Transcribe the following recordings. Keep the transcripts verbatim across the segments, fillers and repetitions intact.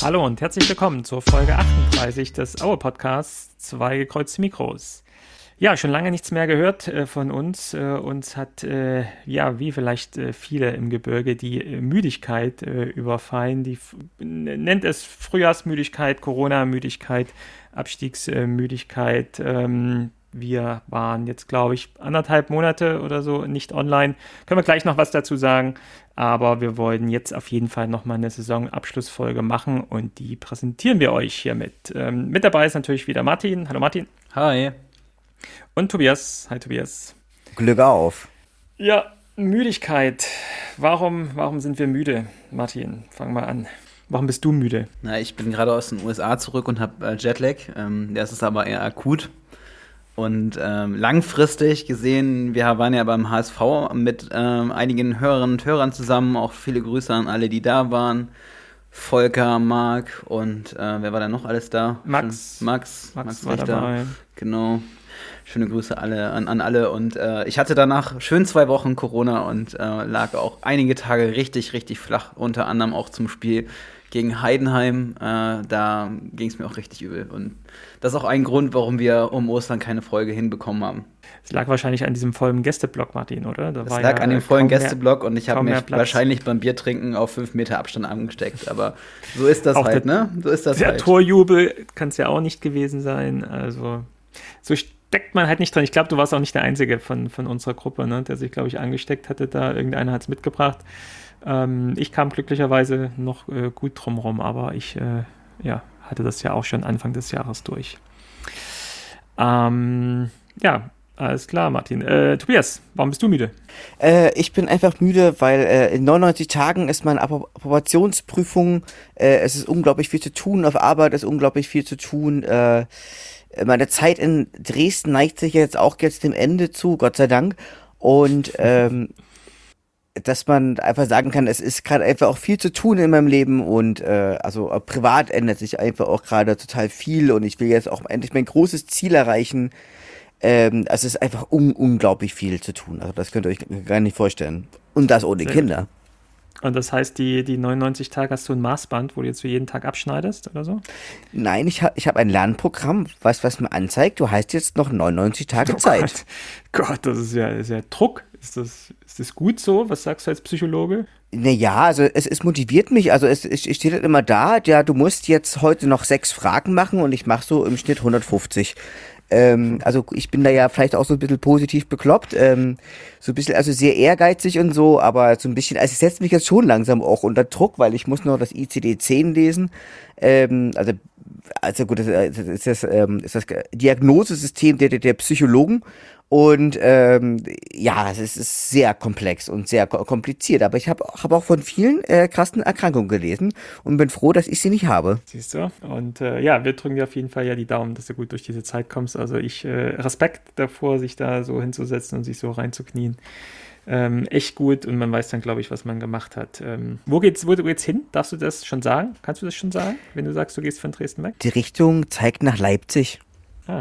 Hallo und herzlich willkommen zur Folge achtunddreißig des Aue Podcasts Zwei gekreuzte Mikros. Ja, schon lange nichts mehr gehört äh, von uns. Äh, uns hat, äh, ja, wie vielleicht äh, viele im Gebirge, die äh, Müdigkeit äh, überfallen. Die f- nennt es Frühjahrsmüdigkeit, Corona-Müdigkeit, Abstiegsmüdigkeit. Ähm, wir waren jetzt, glaube ich, anderthalb Monate oder so nicht online. Können wir gleich noch was dazu sagen. Aber wir wollen jetzt auf jeden Fall nochmal eine Saisonabschlussfolge machen und die präsentieren wir euch hiermit. Ähm, mit dabei ist natürlich wieder Martin. Hallo Martin. Hi. Und Tobias. Hi Tobias. Glück auf. Ja, Müdigkeit. Warum, warum sind wir müde? Martin, fang mal an. Warum bist du müde? Na, ich bin gerade aus den U S A zurück und habe äh, Jetlag. Ähm, das ist aber eher akut. Und ähm, langfristig gesehen, wir waren ja beim H S V mit ähm, einigen Hörerinnen und Hörern zusammen. Auch viele Grüße an alle, die da waren. Volker, Marc und äh, wer war da noch alles da? Max. Schön, Max. Max, Max war Richter. dabei. Genau. Schöne Grüße alle an, an alle. Und äh, ich hatte danach schön zwei Wochen Corona und äh, lag auch einige Tage richtig, richtig flach. Unter anderem auch zum Spiel gegen Heidenheim. Äh, da ging es mir auch richtig übel. Und das ist auch ein Grund, warum wir um Ostern keine Folge hinbekommen haben. Es lag wahrscheinlich an diesem vollen Gästeblock, Martin, oder? Da Es war lag ja an dem vollen kaum mehr- Gästeblock und ich habe kaum mehr mich Platz. wahrscheinlich beim Biertrinken auf fünf Meter Abstand angesteckt. Aber so ist das Auch halt, der- ne? So ist das Der halt. Torjubel kann es ja auch nicht gewesen sein. Also so steckt man halt nicht drin. Ich glaube, du warst auch nicht der Einzige von, von unserer Gruppe, ne, der sich, glaube ich, angesteckt hatte. Da irgendeiner hat es mitgebracht. Ähm, ich kam glücklicherweise noch äh, gut drum rum, aber ich äh, ja, hatte das ja auch schon Anfang des Jahres durch. Ähm, ja, alles klar, Martin. Äh, Tobias, warum bist du müde? Äh, ich bin einfach müde, weil äh, in neunundneunzig Tagen ist meine Appro- Approbationsprüfung. Äh, es ist unglaublich viel zu tun. Auf Arbeit ist unglaublich viel zu tun. Äh, meine Zeit in Dresden neigt sich jetzt auch jetzt dem Ende zu, Gott sei Dank. Und ähm, dass man einfach sagen kann, es ist gerade einfach auch viel zu tun in meinem Leben und äh, also äh, privat ändert sich einfach auch gerade total viel und ich will jetzt auch endlich mein großes Ziel erreichen. Ähm, also es ist einfach un- unglaublich viel zu tun. Also das könnt ihr euch gar nicht vorstellen. Und das ohne Sehr Kinder. Und das heißt, die, die neunundneunzig Tage hast du ein Maßband, wo du jetzt für jeden Tag abschneidest oder so? Nein, ich habe ich hab ein Lernprogramm, was, was mir anzeigt, du hast jetzt noch neunundneunzig Tage Oh Zeit. Gott, Gott, das ist ja, ist ja Druck. Ist das, ist das gut so? Was sagst du als Psychologe? Naja, also es, es motiviert mich, also es, es steht halt immer da, ja, du musst jetzt heute noch sechs Fragen machen und ich mache so im Schnitt hundertfünfzig. Ähm, also ich bin da ja vielleicht auch so ein bisschen positiv bekloppt, ähm, so ein bisschen, also sehr ehrgeizig und so, aber so ein bisschen, also es setzt mich jetzt schon langsam auch unter Druck, weil ich muss noch das I C D zehn lesen, ähm, also also gut, das ist das, ähm, ist das Diagnosesystem der, der, der Psychologen und ähm, ja, es ist, ist sehr komplex und sehr ko- kompliziert, aber ich habe hab auch von vielen äh, krassen Erkrankungen gelesen und bin froh, dass ich sie nicht habe. Siehst du? Und äh, ja, wir drücken dir auf jeden Fall ja die Daumen, dass du gut durch diese Zeit kommst. Also ich äh, Respekt davor, sich da so hinzusetzen und sich so reinzuknien. Ähm, echt gut und man weiß dann, glaube ich, was man gemacht hat. Ähm, wo geht's, wo geht's hin? Darfst du das schon sagen? Kannst du das schon sagen, wenn du sagst, du gehst von Dresden weg? Die Richtung zeigt nach Leipzig. Ah,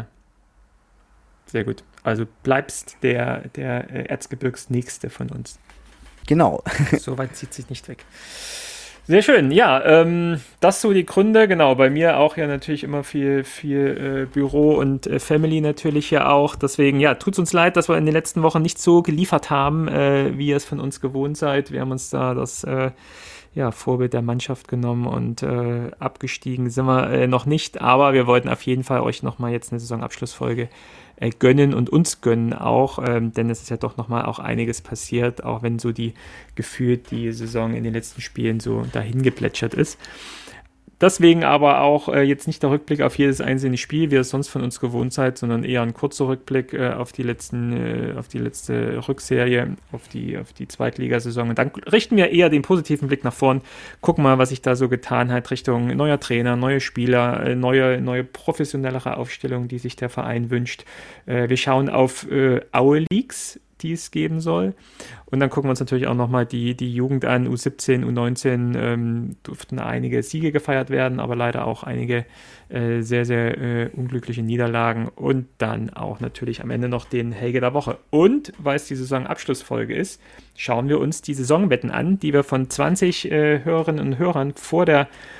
sehr gut. Also bleibst der, der äh, Erzgebirgsnächste von uns. Genau. So weit zieht sich nicht weg. Sehr schön, ja, ähm, das so die Gründe, genau, bei mir auch ja natürlich immer viel, viel äh, Büro und äh, Family natürlich ja auch, deswegen, ja, tut's uns leid, dass wir in den letzten Wochen nicht so geliefert haben, äh, wie ihr es von uns gewohnt seid, wir haben uns da das, äh, ja, Vorbild der Mannschaft genommen und äh, abgestiegen sind wir äh, noch nicht, aber wir wollten auf jeden Fall euch nochmal jetzt eine Saisonabschlussfolge äh, gönnen und uns gönnen auch, ähm, denn es ist ja doch nochmal auch einiges passiert, auch wenn so die gefühlt die Saison in den letzten Spielen so dahin geplätschert ist. Deswegen aber auch äh, jetzt nicht der Rückblick auf jedes einzelne Spiel, wie ihr es sonst von uns gewohnt seid, sondern eher ein kurzer Rückblick äh, auf die letzten, äh, auf die letzte Rückserie, auf die, auf die Zweitligasaison. Und dann richten wir eher den positiven Blick nach vorn, gucken mal, was sich da so getan hat, Richtung neuer Trainer, neue Spieler, äh, neue, neue professionellere Aufstellung, die sich der Verein wünscht. Äh, wir schauen auf äh, Aue Leagues, die es geben soll. Und dann gucken wir uns natürlich auch nochmal die, die Jugend an, U siebzehn, U neunzehn, ähm, durften einige Siege gefeiert werden, aber leider auch einige äh, sehr, sehr äh, unglückliche Niederlagen und dann auch natürlich am Ende noch den Helge der Woche. Und, weil es die Saisonabschlussfolge ist, schauen wir uns die Saisonwetten an, die wir von zwanzig äh, Hörerinnen und Hörern vor der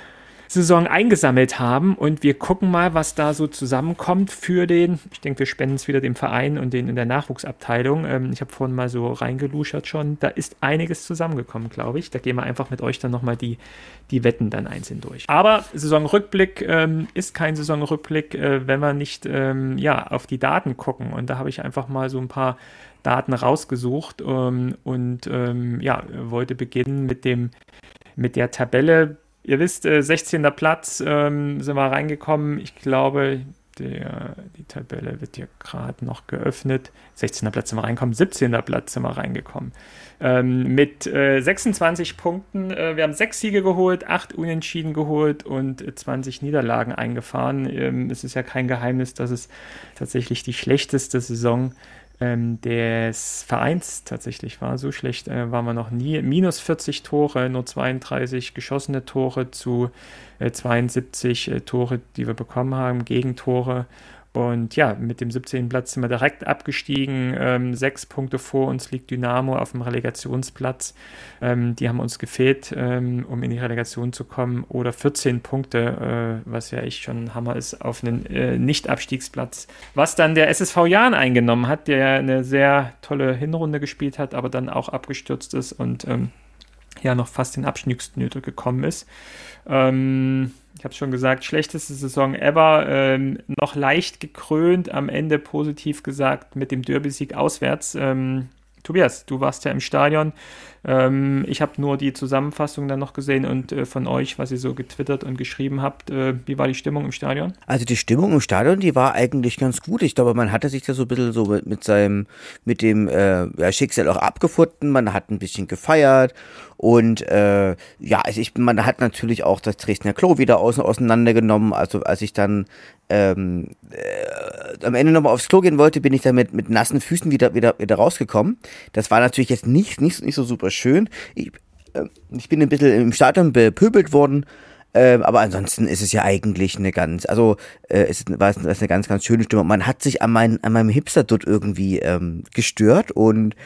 Saison eingesammelt haben und wir gucken mal, was da so zusammenkommt für den, ich denke, wir spenden es wieder dem Verein und den in der Nachwuchsabteilung. Ähm, ich habe vorhin mal so reingeluschert schon, da ist einiges zusammengekommen, glaube ich. Da gehen wir einfach mit euch dann nochmal die, die Wetten dann einzeln durch. Aber Saisonrückblick ähm, ist kein Saisonrückblick, äh, wenn wir nicht ähm, ja, auf die Daten gucken. Und da habe ich einfach mal so ein paar Daten rausgesucht ähm, und ähm, ja, wollte beginnen mit dem mit der Tabelle. Ihr wisst, äh, sechzehnter Platz ähm, sind wir reingekommen. Ich glaube, der, die Tabelle wird hier gerade noch geöffnet. sechzehnter Platz sind wir reingekommen, siebzehnter Platz sind wir reingekommen. Ähm, mit äh, sechsundzwanzig Punkten. Äh, wir haben sechs Siege geholt, acht Unentschieden geholt und äh, zwanzig Niederlagen eingefahren. Ähm, es ist ja kein Geheimnis, dass es tatsächlich die schlechteste Saison Ähm, des Vereins tatsächlich war. So schlecht äh, waren wir noch nie. Minus vierzig Tore, nur zweiunddreißig geschossene Tore zu äh, zweiundsiebzig äh, Tore, die wir bekommen haben, Gegentore. Und ja, mit dem siebzehnten Platz sind wir direkt abgestiegen. Ähm, sechs Punkte vor uns liegt Dynamo auf dem Relegationsplatz. Ähm, die haben uns gefehlt, ähm, um in die Relegation zu kommen. Oder vierzehn Punkte, äh, was ja echt schon ein Hammer ist, auf einen äh, Nicht-Abstiegsplatz. Was dann der S S V Jahn eingenommen hat, der eine sehr tolle Hinrunde gespielt hat, aber dann auch abgestürzt ist und ähm, ja noch fast in Abstiegsnöte gekommen ist. Ähm, ich habe es schon gesagt, schlechteste Saison ever, ähm, noch leicht gekrönt, am Ende positiv gesagt mit dem Derby-Sieg auswärts. Ähm, Tobias, du warst ja im Stadion. Ähm, ich habe nur die Zusammenfassung dann noch gesehen und äh, von euch, was ihr so getwittert und geschrieben habt. Äh, wie war die Stimmung im Stadion? Also die Stimmung im Stadion, die war eigentlich ganz gut. Ich glaube, man hatte sich da so ein bisschen so mit, mit seinem, mit dem äh, ja, Schicksal auch abgefunden. Man hat ein bisschen gefeiert und äh, ja, also ich, man hat natürlich auch das Dresdner Klo wieder außen auseinandergenommen. Also als ich dann ähm, äh, am Ende nochmal aufs Klo gehen wollte, bin ich dann mit, mit nassen Füßen wieder, wieder, wieder rausgekommen. Das war natürlich jetzt nicht, nicht, nicht so super schön. Ich, äh, ich bin ein bisschen im Stadion bepöbelt worden. Ähm, aber ansonsten ist es ja eigentlich eine ganz, also äh, es ist, war es eine ganz, ganz schöne Stimmung. Man hat sich an, mein, an meinem Hipster-Dutt irgendwie ähm, gestört und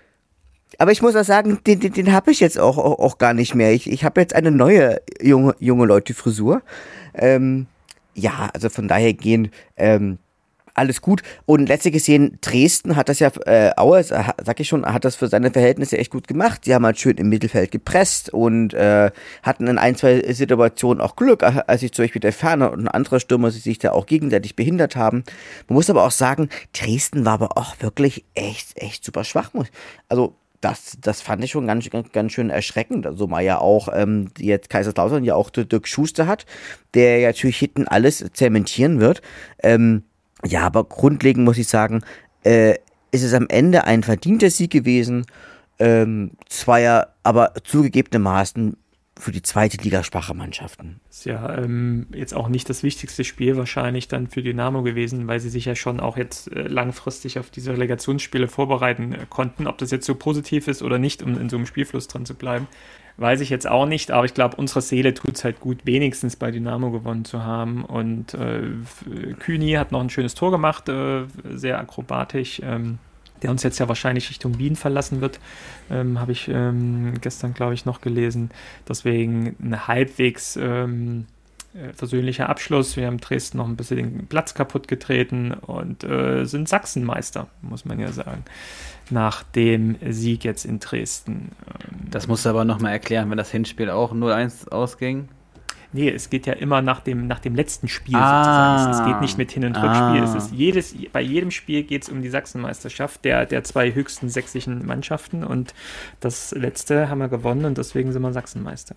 aber ich muss auch sagen, den, den, den habe ich jetzt auch, auch, auch gar nicht mehr. Ich, ich habe jetzt eine neue junge, junge Leute-Frisur. Ähm, ja, also von daher gehen ähm, alles gut. Und letzte gesehen, Dresden hat das ja, äh, Aue, sag ich schon, hat das für seine Verhältnisse echt gut gemacht. Die haben halt schön im Mittelfeld gepresst und äh, hatten in ein, zwei Situationen auch Glück, als sich zum Beispiel der Ferner und ein anderer Stürmer sich da auch gegenseitig behindert haben. Man muss aber auch sagen, Dresden war aber auch wirklich echt, echt super schwach. Also Das, das fand ich schon ganz, ganz, ganz schön erschreckend. Also mal ja auch ähm, jetzt Kaiserslautern ja auch Dirk Schuster hat, der ja natürlich hinten alles zementieren wird. Ähm, ja, aber grundlegend muss ich sagen, äh, ist es am Ende ein verdienter Sieg gewesen. Ähm, zweier, aber zugegebenermaßen für die zweite Liga schwache Mannschaften. Ist ja ähm, jetzt auch nicht das wichtigste Spiel wahrscheinlich dann für Dynamo gewesen, weil sie sich ja schon auch jetzt äh, langfristig auf diese Relegationsspiele vorbereiten äh, konnten. Ob das jetzt so positiv ist oder nicht, um in so einem Spielfluss dran zu bleiben, weiß ich jetzt auch nicht. Aber ich glaube, unserer Seele tut es halt gut, wenigstens bei Dynamo gewonnen zu haben. Und äh, Kühni hat noch ein schönes Tor gemacht, äh, sehr akrobatisch. Ähm, der uns jetzt ja wahrscheinlich Richtung Wien verlassen wird, ähm, habe ich ähm, gestern, glaube ich, noch gelesen. Deswegen ein halbwegs ähm, äh, versöhnlicher Abschluss. Wir haben Dresden noch ein bisschen den Platz kaputt getreten und äh, sind Sachsenmeister, muss man ja sagen, nach dem Sieg jetzt in Dresden. Ähm, das musst du aber nochmal erklären, wenn das Hinspiel auch null eins ausging. Nee, es geht ja immer nach dem, nach dem letzten Spiel ah, sozusagen. Es geht nicht mit Hin- und Rückspiel. Ah. Es ist jedes, bei jedem Spiel geht es um die Sachsenmeisterschaft der, der zwei höchsten sächsischen Mannschaften und das letzte haben wir gewonnen und deswegen sind wir Sachsenmeister.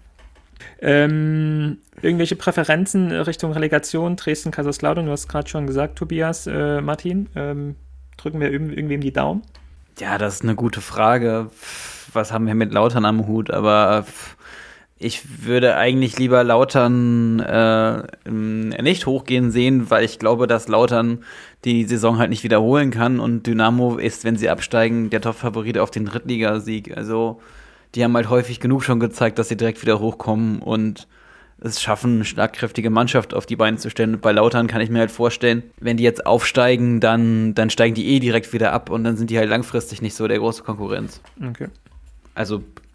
Ähm, irgendwelche Präferenzen Richtung Relegation, Dresden, Kaiserslautern, du hast gerade schon gesagt, Tobias, äh, Martin, ähm, drücken wir irgendwem die Daumen? Ja, das ist eine gute Frage. Was haben wir mit Lautern am Hut, aber ich würde eigentlich lieber Lautern äh, nicht hochgehen sehen, weil ich glaube, dass Lautern die Saison halt nicht wiederholen kann und Dynamo ist, wenn sie absteigen, der Top-Favorit auf den Drittligasieg. Also die haben halt häufig genug schon gezeigt, dass sie direkt wieder hochkommen und es schaffen, eine schlagkräftige Mannschaft auf die Beine zu stellen. Und bei Lautern kann ich mir halt vorstellen, wenn die jetzt aufsteigen, dann, dann steigen die eh direkt wieder ab und dann sind die halt langfristig nicht so der große Konkurrenz. Okay. Also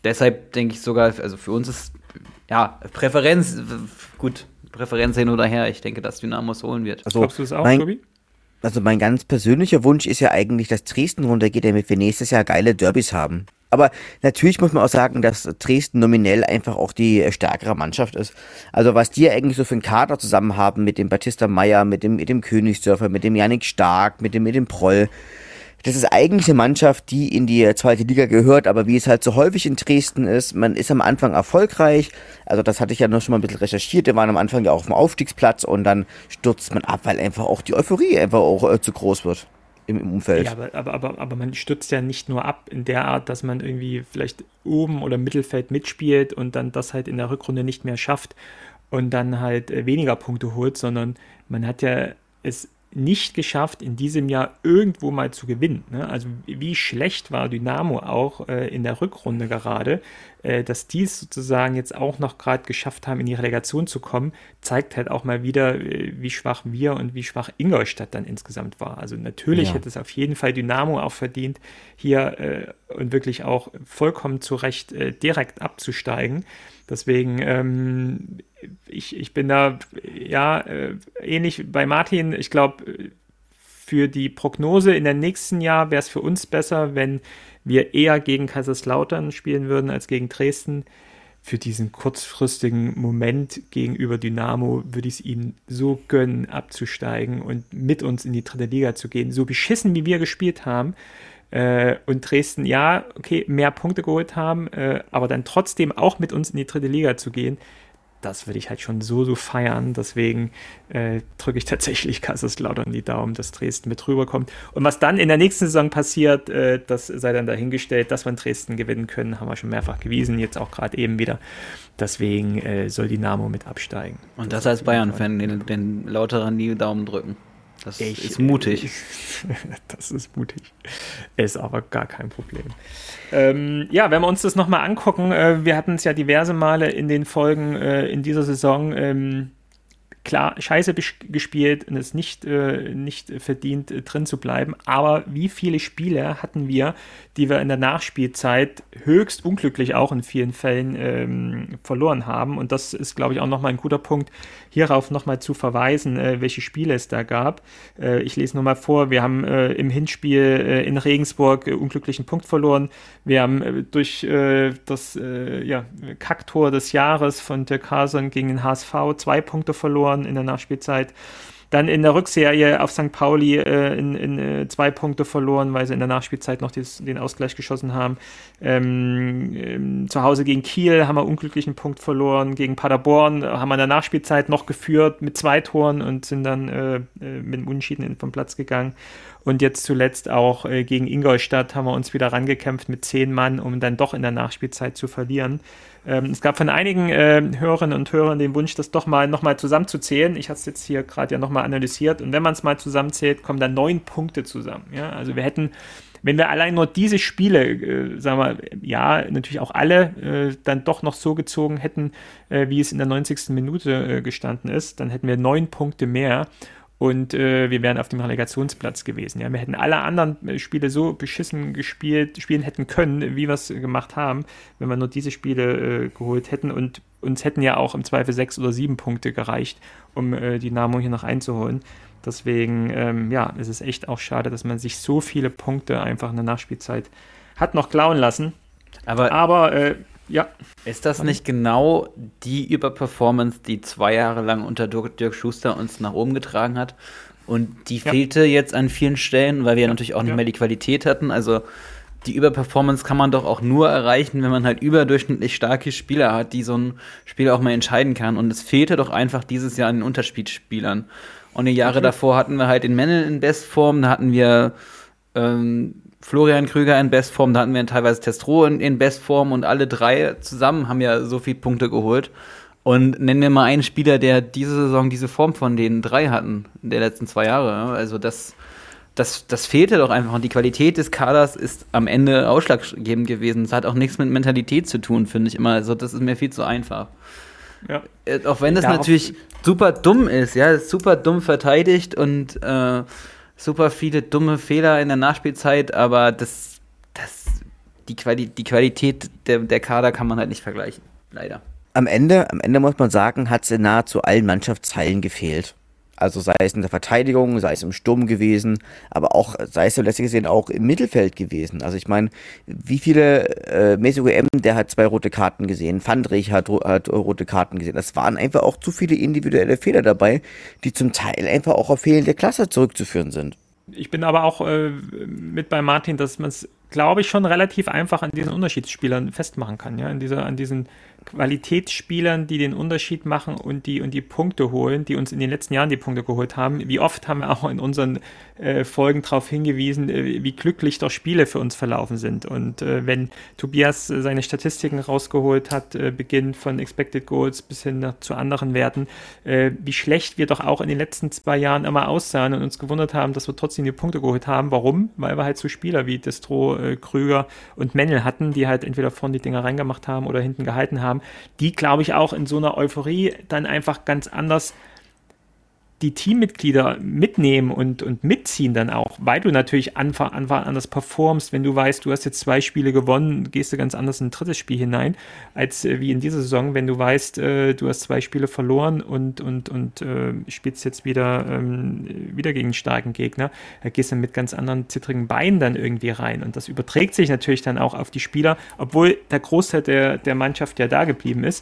deshalb denke ich sogar, also für uns ist, ja, Präferenz, gut, Präferenz hin oder her. Ich denke, dass Dynamo es holen wird. Also, glaubst du es auch, mein, Tobi? Also mein ganz persönlicher Wunsch ist ja eigentlich, dass Dresden runtergeht, damit wir nächstes Jahr geile Derbys haben. Aber natürlich muss man auch sagen, dass Dresden nominell einfach auch die stärkere Mannschaft ist. Also was die eigentlich so für einen Kader zusammen haben mit dem Batista Meyer, mit dem, mit dem Königsdörfer, mit dem Yannick Stark, mit dem, mit dem Proll. Das ist eigentlich eine Mannschaft, die in die zweite Liga gehört, aber wie es halt so häufig in Dresden ist, man ist am Anfang erfolgreich, also das hatte ich ja noch schon mal ein bisschen recherchiert, wir waren am Anfang ja auch auf dem Aufstiegsplatz und dann stürzt man ab, weil einfach auch die Euphorie einfach auch äh, zu groß wird im, im Umfeld. Ja, aber, aber, aber, aber man stürzt ja nicht nur ab in der Art, dass man irgendwie vielleicht oben oder im Mittelfeld mitspielt und dann das halt in der Rückrunde nicht mehr schafft und dann halt äh, weniger Punkte holt, sondern man hat ja es nicht geschafft, in diesem Jahr irgendwo mal zu gewinnen. Ne? Also wie schlecht war Dynamo auch äh, in der Rückrunde gerade, äh, dass die es sozusagen jetzt auch noch gerade geschafft haben, in die Relegation zu kommen, zeigt halt auch mal wieder, äh, wie schwach wir und wie schwach Ingolstadt dann insgesamt war. Also natürlich ja. hätte es auf jeden Fall Dynamo auch verdient, hier äh, und wirklich auch vollkommen zu Recht äh, direkt abzusteigen. Deswegen, ähm, ich, ich bin da, ja, äh, ähnlich bei Martin. Ich glaube, für die Prognose in der nächsten Jahr wäre es für uns besser, wenn wir eher gegen Kaiserslautern spielen würden als gegen Dresden. Für diesen kurzfristigen Moment gegenüber Dynamo würde ich es ihnen so gönnen, abzusteigen und mit uns in die dritte Liga zu gehen. So beschissen, wie wir gespielt haben, Äh, und Dresden, ja, okay, mehr Punkte geholt haben, äh, aber dann trotzdem auch mit uns in die dritte Liga zu gehen, das würde ich halt schon so, so feiern. Deswegen äh, drücke ich tatsächlich Kaiserslautern die Daumen, dass Dresden mit rüberkommt. Und was dann in der nächsten Saison passiert, äh, das sei dann dahingestellt, dass wir in Dresden gewinnen können, haben wir schon mehrfach gewiesen, jetzt auch gerade eben wieder. Deswegen äh, soll Dynamo mit absteigen. Und das, das als Bayern-Fan, den, den Lauterern die Daumen drücken. Das ich, ist mutig. Das ist mutig. Ist aber gar kein Problem. Ähm, ja, wenn wir uns das nochmal angucken, äh, wir hatten es ja diverse Male in den Folgen äh, in dieser Saison, ähm, klar, scheiße gespielt und es nicht, äh, nicht verdient, äh, drin zu bleiben, aber wie viele Spiele hatten wir, die wir in der Nachspielzeit höchst unglücklich auch in vielen Fällen ähm, verloren haben, und das ist, glaube ich, auch nochmal ein guter Punkt, hierauf nochmal zu verweisen, äh, welche Spiele es da gab. Äh, ich lese nochmal vor, wir haben äh, im Hinspiel äh, in Regensburg äh, unglücklichen Punkt verloren, wir haben äh, durch äh, das äh, ja, Kacktor des Jahres von Dirk Hasen gegen den H S V zwei Punkte verloren in der Nachspielzeit. Dann in der Rückserie auf Sankt Pauli äh, in, in äh, zwei Punkte verloren, weil sie in der Nachspielzeit noch dies, den Ausgleich geschossen haben. Ähm, ähm, zu Hause gegen Kiel haben wir unglücklichen Punkt verloren. Gegen Paderborn haben wir in der Nachspielzeit noch geführt mit zwei Toren und sind dann äh, mit dem Unentschieden vom Platz gegangen. Und jetzt zuletzt auch äh, gegen Ingolstadt haben wir uns wieder rangekämpft mit zehn Mann, um dann doch in der Nachspielzeit zu verlieren. Ähm, es gab von einigen äh, Hörerinnen und Hörern den Wunsch, das doch mal nochmal zusammenzuzählen. Ich habe es jetzt hier gerade ja nochmal analysiert. Und wenn man es mal zusammenzählt, kommen dann neun Punkte zusammen. Ja? Also wir hätten, wenn wir allein nur diese Spiele, äh, sagen wir, ja, natürlich auch alle, äh, dann doch noch so gezogen hätten, äh, wie es in der neunzigsten Minute äh, gestanden ist, dann hätten wir neun Punkte mehr. Und äh, wir wären auf dem Relegationsplatz gewesen. Ja? Wir hätten alle anderen Spiele so beschissen gespielt, spielen hätten können, wie wir es gemacht haben, wenn wir nur diese Spiele äh, geholt hätten. Und uns hätten ja auch im Zweifel sechs oder sieben Punkte gereicht, um äh, Dynamo hier noch einzuholen. Deswegen, ähm, ja, es ist echt auch schade, dass man sich so viele Punkte einfach in der Nachspielzeit hat noch klauen lassen. Aber, Aber äh, ja. Ist das nicht genau die Überperformance, die zwei Jahre lang unter Dirk Schuster uns nach oben getragen hat? Und die ja. fehlte jetzt an vielen Stellen, weil wir ja natürlich auch nicht ja. mehr die Qualität hatten. Also die Überperformance kann man doch auch nur erreichen, wenn man halt überdurchschnittlich starke Spieler hat, die so ein Spiel auch mal entscheiden kann. Und es fehlte doch einfach dieses Jahr an den Unterspielspielern. Und die Jahre mhm. davor hatten wir halt den Mennel in Bestform, da hatten wir ähm, Florian Krüger in Bestform, da hatten wir teilweise Testro in, in Bestform, und alle drei zusammen haben ja so viele Punkte geholt. Und nennen wir mal einen Spieler, der diese Saison diese Form von den drei hatten, in der letzten zwei Jahre. Also das, das, das fehlte doch einfach. Und die Qualität des Kaders ist am Ende ausschlaggebend gewesen. Es hat auch nichts mit Mentalität zu tun, finde ich immer. Also das ist mir viel zu einfach. Ja. Äh, auch wenn das Darauf natürlich super dumm ist, ja, ist super dumm verteidigt und äh, super viele dumme Fehler in der Nachspielzeit, aber das, das die, Quali- die Qualität der, der Kader kann man halt nicht vergleichen, leider. Am Ende, am Ende muss man sagen, hat es in nahezu allen Mannschaftsteilen gefehlt. Also sei es in der Verteidigung, sei es im Sturm gewesen, aber auch, sei es letztlich gesehen auch im Mittelfeld gewesen. Also ich meine, wie viele, äh, Mesut M, der hat zwei rote Karten gesehen, Van Dijk hat, hat rote Karten gesehen. Das waren einfach auch zu viele individuelle Fehler dabei, die zum Teil einfach auch auf fehlende Klasse zurückzuführen sind. Ich bin aber auch äh, mit bei Martin, dass man es, glaube ich, schon relativ einfach an diesen Unterschiedsspielern festmachen kann, ja, an dieser, an diesen Qualitätsspielern, die den Unterschied machen und die und die Punkte holen, die uns in den letzten Jahren die Punkte geholt haben. Wie oft haben wir auch in unseren äh, Folgen darauf hingewiesen, äh, wie glücklich doch Spiele für uns verlaufen sind. Und äh, wenn Tobias äh, seine Statistiken rausgeholt hat, äh, beginnend von Expected Goals bis hin nach, zu anderen Werten, äh, wie schlecht wir doch auch in den letzten zwei Jahren immer aussahen und uns gewundert haben, dass wir trotzdem die Punkte geholt haben. Warum? Weil wir halt so Spieler wie Destro, äh, Krüger und Mennel hatten, die halt entweder vorne die Dinger reingemacht haben oder hinten gehalten haben, die, glaube ich, auch in so einer Euphorie dann einfach ganz anders die Teammitglieder mitnehmen und, und mitziehen dann auch, weil du natürlich Anfang, Anfang anders performst, wenn du weißt, du hast jetzt zwei Spiele gewonnen, gehst du ganz anders in ein drittes Spiel hinein, als äh, wie in dieser Saison, wenn du weißt, äh, du hast zwei Spiele verloren und, und, und äh, spielst jetzt wieder, ähm, wieder gegen einen starken Gegner, da gehst du mit ganz anderen zittrigen Beinen dann irgendwie rein und das überträgt sich natürlich dann auch auf die Spieler, obwohl der Großteil der, der Mannschaft ja da geblieben ist.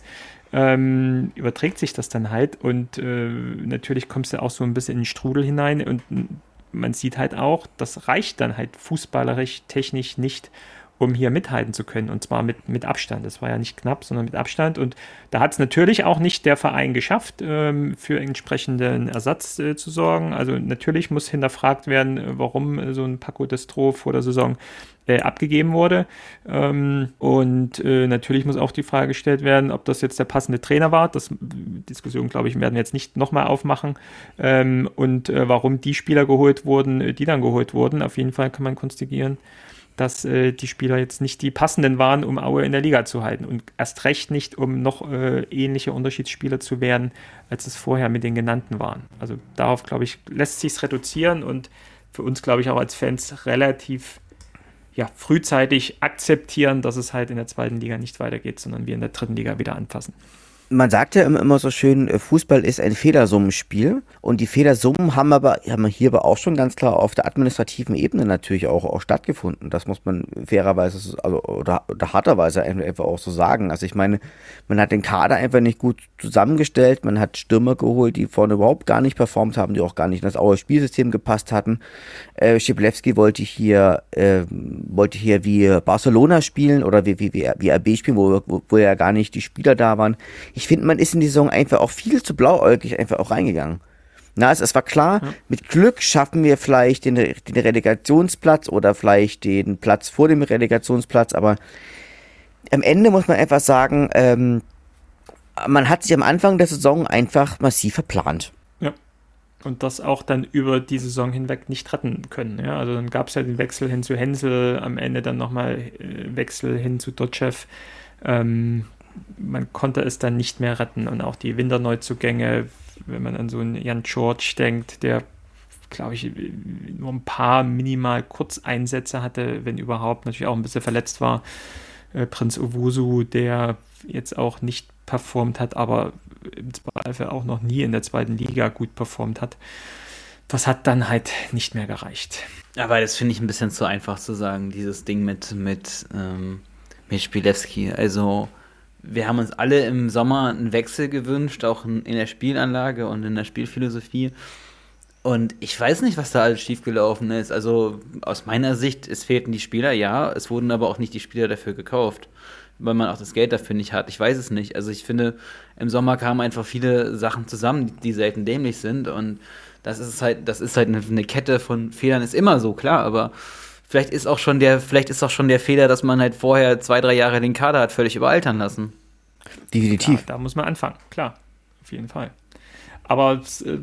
Ähm, überträgt sich das dann halt und äh, natürlich kommst du auch so ein bisschen in den Strudel hinein und man sieht halt auch, das reicht dann halt fußballerisch, technisch nicht, um hier mithalten zu können und zwar mit, mit Abstand. Das war ja nicht knapp, sondern mit Abstand und da hat es natürlich auch nicht der Verein geschafft, ähm, für entsprechenden Ersatz äh, zu sorgen. Also natürlich muss hinterfragt werden, warum äh, so ein Paco Destro vor der Saison äh, abgegeben wurde ähm, und äh, natürlich muss auch die Frage gestellt werden, ob das jetzt der passende Trainer war. Das Diskussion, glaube ich, werden wir jetzt nicht nochmal aufmachen ähm, und äh, warum die Spieler geholt wurden, die dann geholt wurden. Auf jeden Fall kann man konstatieren, dass äh, die Spieler jetzt nicht die passenden waren, um Aue in der Liga zu halten und erst recht nicht, um noch äh, ähnliche Unterschiedsspieler zu werden, als es vorher mit den genannten waren. Also darauf, glaube ich, lässt sich es reduzieren und für uns, glaube ich, auch als Fans relativ ja, frühzeitig akzeptieren, dass es halt in der zweiten Liga nicht weitergeht, sondern wir in der dritten Liga wieder anpassen. Man sagt ja immer, immer so schön, Fußball ist ein Fehlersummenspiel und die Fehlersummen haben aber haben hier aber auch schon ganz klar auf der administrativen Ebene natürlich auch, auch stattgefunden. Das muss man fairerweise also, oder, oder harterweise einfach auch so sagen. Also ich meine, man hat den Kader einfach nicht gut zusammengestellt, man hat Stürmer geholt, die vorne überhaupt gar nicht performt haben, die auch gar nicht in das Auer Spielsystem gepasst hatten. Äh, Schiplewski wollte hier äh, wollte hier wie Barcelona spielen oder wie, wie, wie, wie R B spielen, wo, wo, wo ja gar nicht die Spieler da waren. Ich finde, man ist in die Saison einfach auch viel zu blauäugig einfach auch reingegangen. Na, also es war klar, ja. Mit Glück schaffen wir vielleicht den, den Relegationsplatz oder vielleicht den Platz vor dem Relegationsplatz, aber am Ende muss man einfach sagen, ähm, man hat sich am Anfang der Saison einfach massiv verplant. Ja, und das auch dann über die Saison hinweg nicht retten können. Ja, also dann gab es ja den Wechsel hin zu Hensel, am Ende dann nochmal äh, Wechsel hin zu Dotschew. Ähm, man konnte es dann nicht mehr retten und auch die Winterneuzugänge, wenn man an so einen Jan George denkt, der, glaube ich, nur ein paar minimal Kurzeinsätze hatte, wenn überhaupt, natürlich auch ein bisschen verletzt war. Äh, Prinz Owusu, der jetzt auch nicht performt hat, aber im Zweifel auch noch nie in der zweiten Liga gut performt hat. Das hat dann halt nicht mehr gereicht. Aber das finde ich ein bisschen zu einfach zu sagen, dieses Ding mit, mit, ähm, mit Spielewski. Also wir haben uns alle im Sommer einen Wechsel gewünscht, auch in der Spielanlage und in der Spielphilosophie. Und ich weiß nicht, was da alles schiefgelaufen ist. Also aus meiner Sicht, es fehlten die Spieler, ja, es wurden aber auch nicht die Spieler dafür gekauft, weil man auch das Geld dafür nicht hat. Ich weiß es nicht. Also ich finde, im Sommer kamen einfach viele Sachen zusammen, die selten dämlich sind. Und das ist halt, das ist halt eine, eine Kette von Fehlern, ist immer so, klar, aber Vielleicht ist auch schon der, vielleicht ist auch schon der Fehler, dass man halt vorher zwei, drei Jahre den Kader hat völlig überaltern lassen. Definitiv. Ja, da muss man anfangen, klar, auf jeden Fall. Aber äh,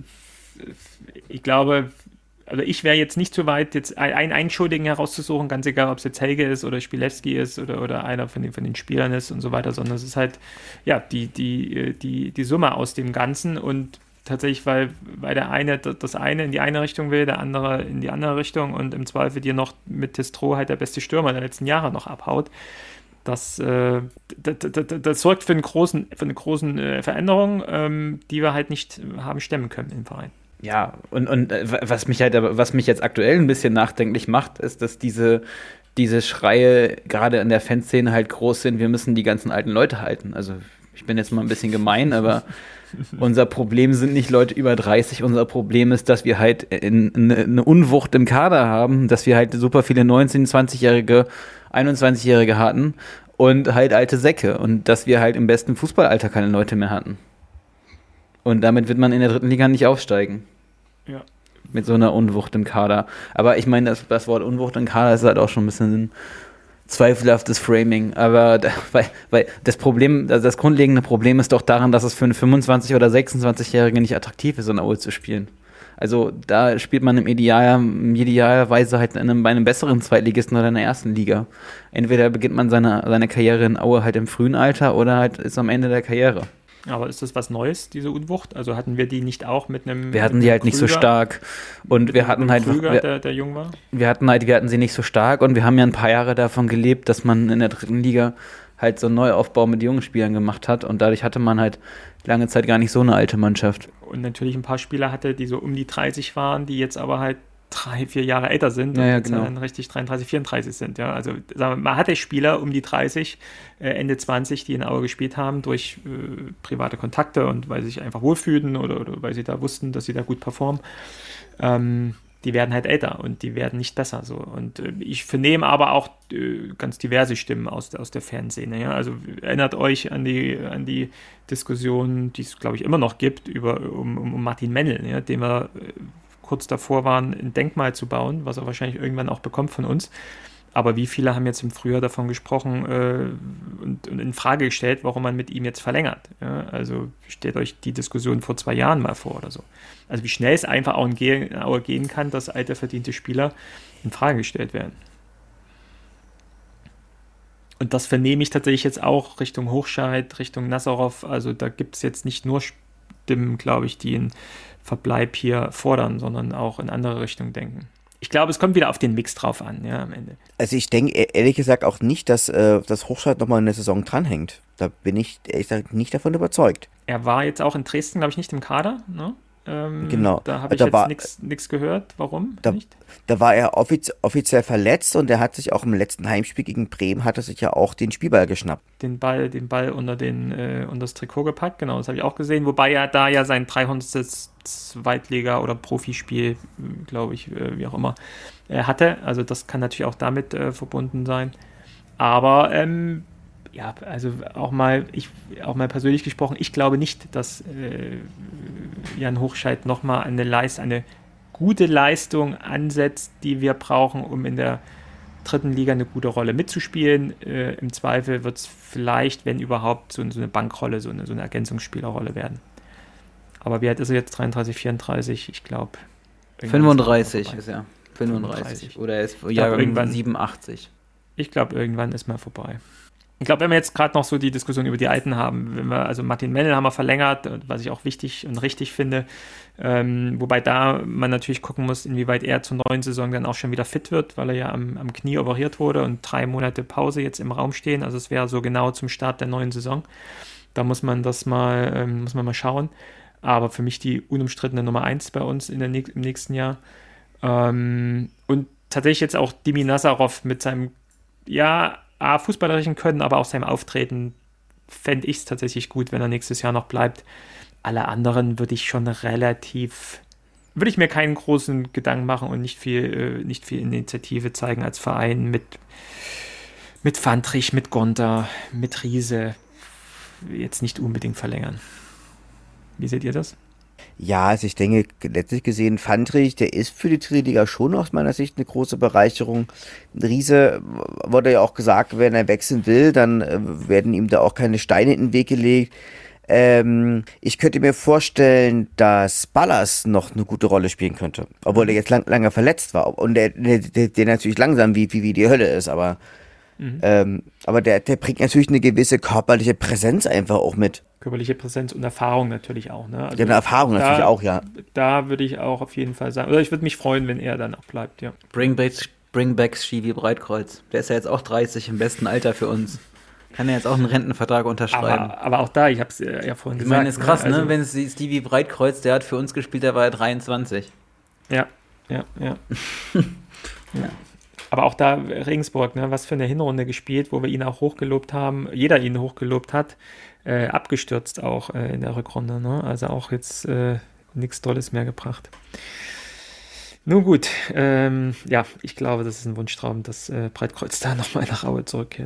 ich glaube, also ich wäre jetzt nicht so weit, jetzt einen Einschuldigen herauszusuchen, ganz egal, ob es jetzt Helge ist oder Spielewski ist oder, oder einer von den, von den Spielern ist und so weiter, sondern es ist halt ja die, die, die, die Summe aus dem Ganzen und tatsächlich, weil, weil der eine das eine in die eine Richtung will, der andere in die andere Richtung und im Zweifel dir noch mit Testro halt der beste Stürmer der letzten Jahre noch abhaut. Das, äh, das, das, das sorgt für, einen großen, für eine große äh, Veränderung, ähm, die wir halt nicht haben stemmen können im Verein. Ja, und, und was mich halt, was mich jetzt aktuell ein bisschen nachdenklich macht, ist, dass diese, diese Schreie gerade in der Fanszene halt groß sind, wir müssen die ganzen alten Leute halten. Also ich bin jetzt mal ein bisschen gemein, aber unser Problem sind nicht Leute über dreißig, unser Problem ist, dass wir halt eine Unwucht im Kader haben, dass wir halt super viele neunzehn-, zwanzigjährige, einundzwanzigjährige hatten und halt alte Säcke und dass wir halt im besten Fußballalter keine Leute mehr hatten. Und damit wird man in der dritten Liga nicht aufsteigen. Ja. Mit so einer Unwucht im Kader. Aber ich meine, das, das Wort Unwucht im Kader ist halt auch schon ein bisschen ein zweifelhaftes Framing. Aber da, weil, weil das Problem, also das grundlegende Problem ist doch daran, dass es für einen fünfundzwanzig- oder sechsundzwanzigjährigen nicht attraktiv ist, in der Aue zu spielen. Also da spielt man im Ideal, im idealerweise halt in einem, bei einem besseren Zweitligisten oder in der ersten Liga. Entweder beginnt man seine, seine Karriere in Aue halt im frühen Alter oder halt ist am Ende der Karriere. Aber ist das was Neues, diese Unwucht? Also hatten wir die nicht auch mit einem Wir hatten die halt Krüger, nicht so stark und wir hatten halt Krüger, wir, der, der jung war? Wir hatten halt, wir hatten sie nicht so stark und wir haben ja ein paar Jahre davon gelebt, dass man in der dritten Liga halt so einen Neuaufbau mit jungen Spielern gemacht hat und dadurch hatte man halt lange Zeit gar nicht so eine alte Mannschaft. Und natürlich ein paar Spieler hatte, die so um die dreißig waren, die jetzt aber halt drei, vier Jahre älter sind ja, und ja, jetzt genau. dann richtig dreiunddreißig, vierunddreißig sind. Ja. Also sagen wir, man hatte Spieler um die dreißig, äh, Ende zwanzig, die in Aue gespielt haben durch äh, private Kontakte und weil sie sich einfach wohlfühlten oder, oder weil sie da wussten, dass sie da gut performen. Ähm, die werden halt älter und die werden nicht besser. So. Und äh, ich vernehme aber auch äh, ganz diverse Stimmen aus, aus der Fanszene. Ja? Also erinnert euch an die, an die Diskussion, die es, glaube ich, immer noch gibt, über, um, um Martin Mennel, ja? Den wir äh, kurz davor waren, ein Denkmal zu bauen, was er wahrscheinlich irgendwann auch bekommt von uns. Aber wie viele haben jetzt im Frühjahr davon gesprochen äh, und, und in Frage gestellt, warum man mit ihm jetzt verlängert? Ja, also stellt euch die Diskussion vor zwei Jahren mal vor oder so. Also wie schnell es einfach auch in Ge- Aue gehen kann, dass alte, verdiente Spieler in Frage gestellt werden. Und das vernehme ich tatsächlich jetzt auch Richtung Hochscheid, Richtung Nazarov. Also da gibt es jetzt nicht nur Stimmen, glaube ich, die einen Verbleib hier fordern, sondern auch in andere Richtungen denken. Ich glaube, es kommt wieder auf den Mix drauf an, ja, am Ende. Also ich denke ehrlich gesagt auch nicht, dass äh, das Hochscheid nochmal in der Saison dranhängt. Da bin ich ehrlich gesagt nicht davon überzeugt. Er war jetzt auch in Dresden, glaube ich, nicht im Kader, ne? Ähm, genau. Da habe ich da jetzt nichts gehört. Warum da, nicht? Da war er offiz- offiziell verletzt und er hat sich auch im letzten Heimspiel gegen Bremen, hat er sich ja auch den Spielball geschnappt. Den Ball, den Ball unter, den, äh, unter das Trikot gepackt, genau, das habe ich auch gesehen. Wobei er da ja sein dreihundertstes Zweitliga- oder Profispiel, glaube ich, äh, wie auch immer, äh, hatte. Also das kann natürlich auch damit äh, verbunden sein. Aber ähm, ja, also auch mal, ich, auch mal persönlich gesprochen, ich glaube nicht, dass äh, Jan Hochscheid nochmal eine Leist, eine gute Leistung ansetzt, die wir brauchen, um in der dritten Liga eine gute Rolle mitzuspielen. Äh, Im Zweifel wird es vielleicht, wenn überhaupt, so, so eine Bankrolle, so eine, so eine Ergänzungsspielerrolle werden. Aber wie alt ist er jetzt? dreiunddreißig, vierunddreißig? Ich glaube. fünfunddreißig ist er. fünfunddreißig. Oder er ist Jahrgang siebenundachtzig. Ich glaube, irgendwann ist mal vorbei. Ich glaube, wenn wir jetzt gerade noch so die Diskussion über die Alten haben, wenn wir, also Martin Mennel haben wir verlängert, was ich auch wichtig und richtig finde, ähm, wobei da man natürlich gucken muss, inwieweit er zur neuen Saison dann auch schon wieder fit wird, weil er ja am, am Knie operiert wurde und drei Monate Pause jetzt im Raum stehen, also es wäre so genau zum Start der neuen Saison. Da muss man das mal, ähm, muss man mal schauen, aber für mich die unumstrittene Nummer eins bei uns in der, im nächsten Jahr. Ähm, und tatsächlich jetzt auch Dimi Nazarov mit seinem, ja, A, fußballerischen Können, aber auch seinem Auftreten fände ich es tatsächlich gut, wenn er nächstes Jahr noch bleibt. Alle anderen würde ich schon relativ, würde ich mir keinen großen Gedanken machen und nicht viel, äh, nicht viel Initiative zeigen als Verein mit, mit Fandrich, mit Gonter, mit Riese jetzt nicht unbedingt verlängern. Wie seht ihr das? Ja, also ich denke, letztlich gesehen, Fandrich, der ist für die dritte Liga schon aus meiner Sicht eine große Bereicherung. Riese wurde ja auch gesagt, wenn er wechseln will, dann äh, werden ihm da auch keine Steine in den Weg gelegt. Ähm, ich könnte mir vorstellen, dass Ballas noch eine gute Rolle spielen könnte, obwohl er jetzt lang, lange verletzt war und der, der, der natürlich langsam wie, wie, wie die Hölle ist, aber, mhm. ähm, aber der, der bringt natürlich eine gewisse körperliche Präsenz einfach auch mit. Körperliche Präsenz und Erfahrung natürlich auch. Ne? Also ja, eine Erfahrung da, natürlich auch, ja. Da würde ich auch auf jeden Fall sagen, oder ich würde mich freuen, wenn er dann auch bleibt, ja. Bring back, bring back Schiwi Breitkreuz. Der ist ja jetzt auch dreißig, im besten Alter für uns. Kann er jetzt auch einen Rentenvertrag unterschreiben. Aber, aber auch da, ich habe es ja vorhin ich gesagt. Ich meine, ist krass, ne? Also, ne? Wenn es Stevie Breitkreuz, der hat für uns gespielt, der war ja dreiundzwanzig. Ja, ja, ja. ja. Aber auch da Regensburg, ne, was für eine Hinrunde gespielt, wo wir ihn auch hochgelobt haben, jeder ihn hochgelobt hat, äh, abgestürzt auch äh, in der Rückrunde. Ne? Also auch jetzt äh, nichts Tolles mehr gebracht. Nun gut, ähm, ja, ich glaube, das ist ein Wunschtraum, dass äh, Breitkreuz da nochmal nach Aue zurückkehrt.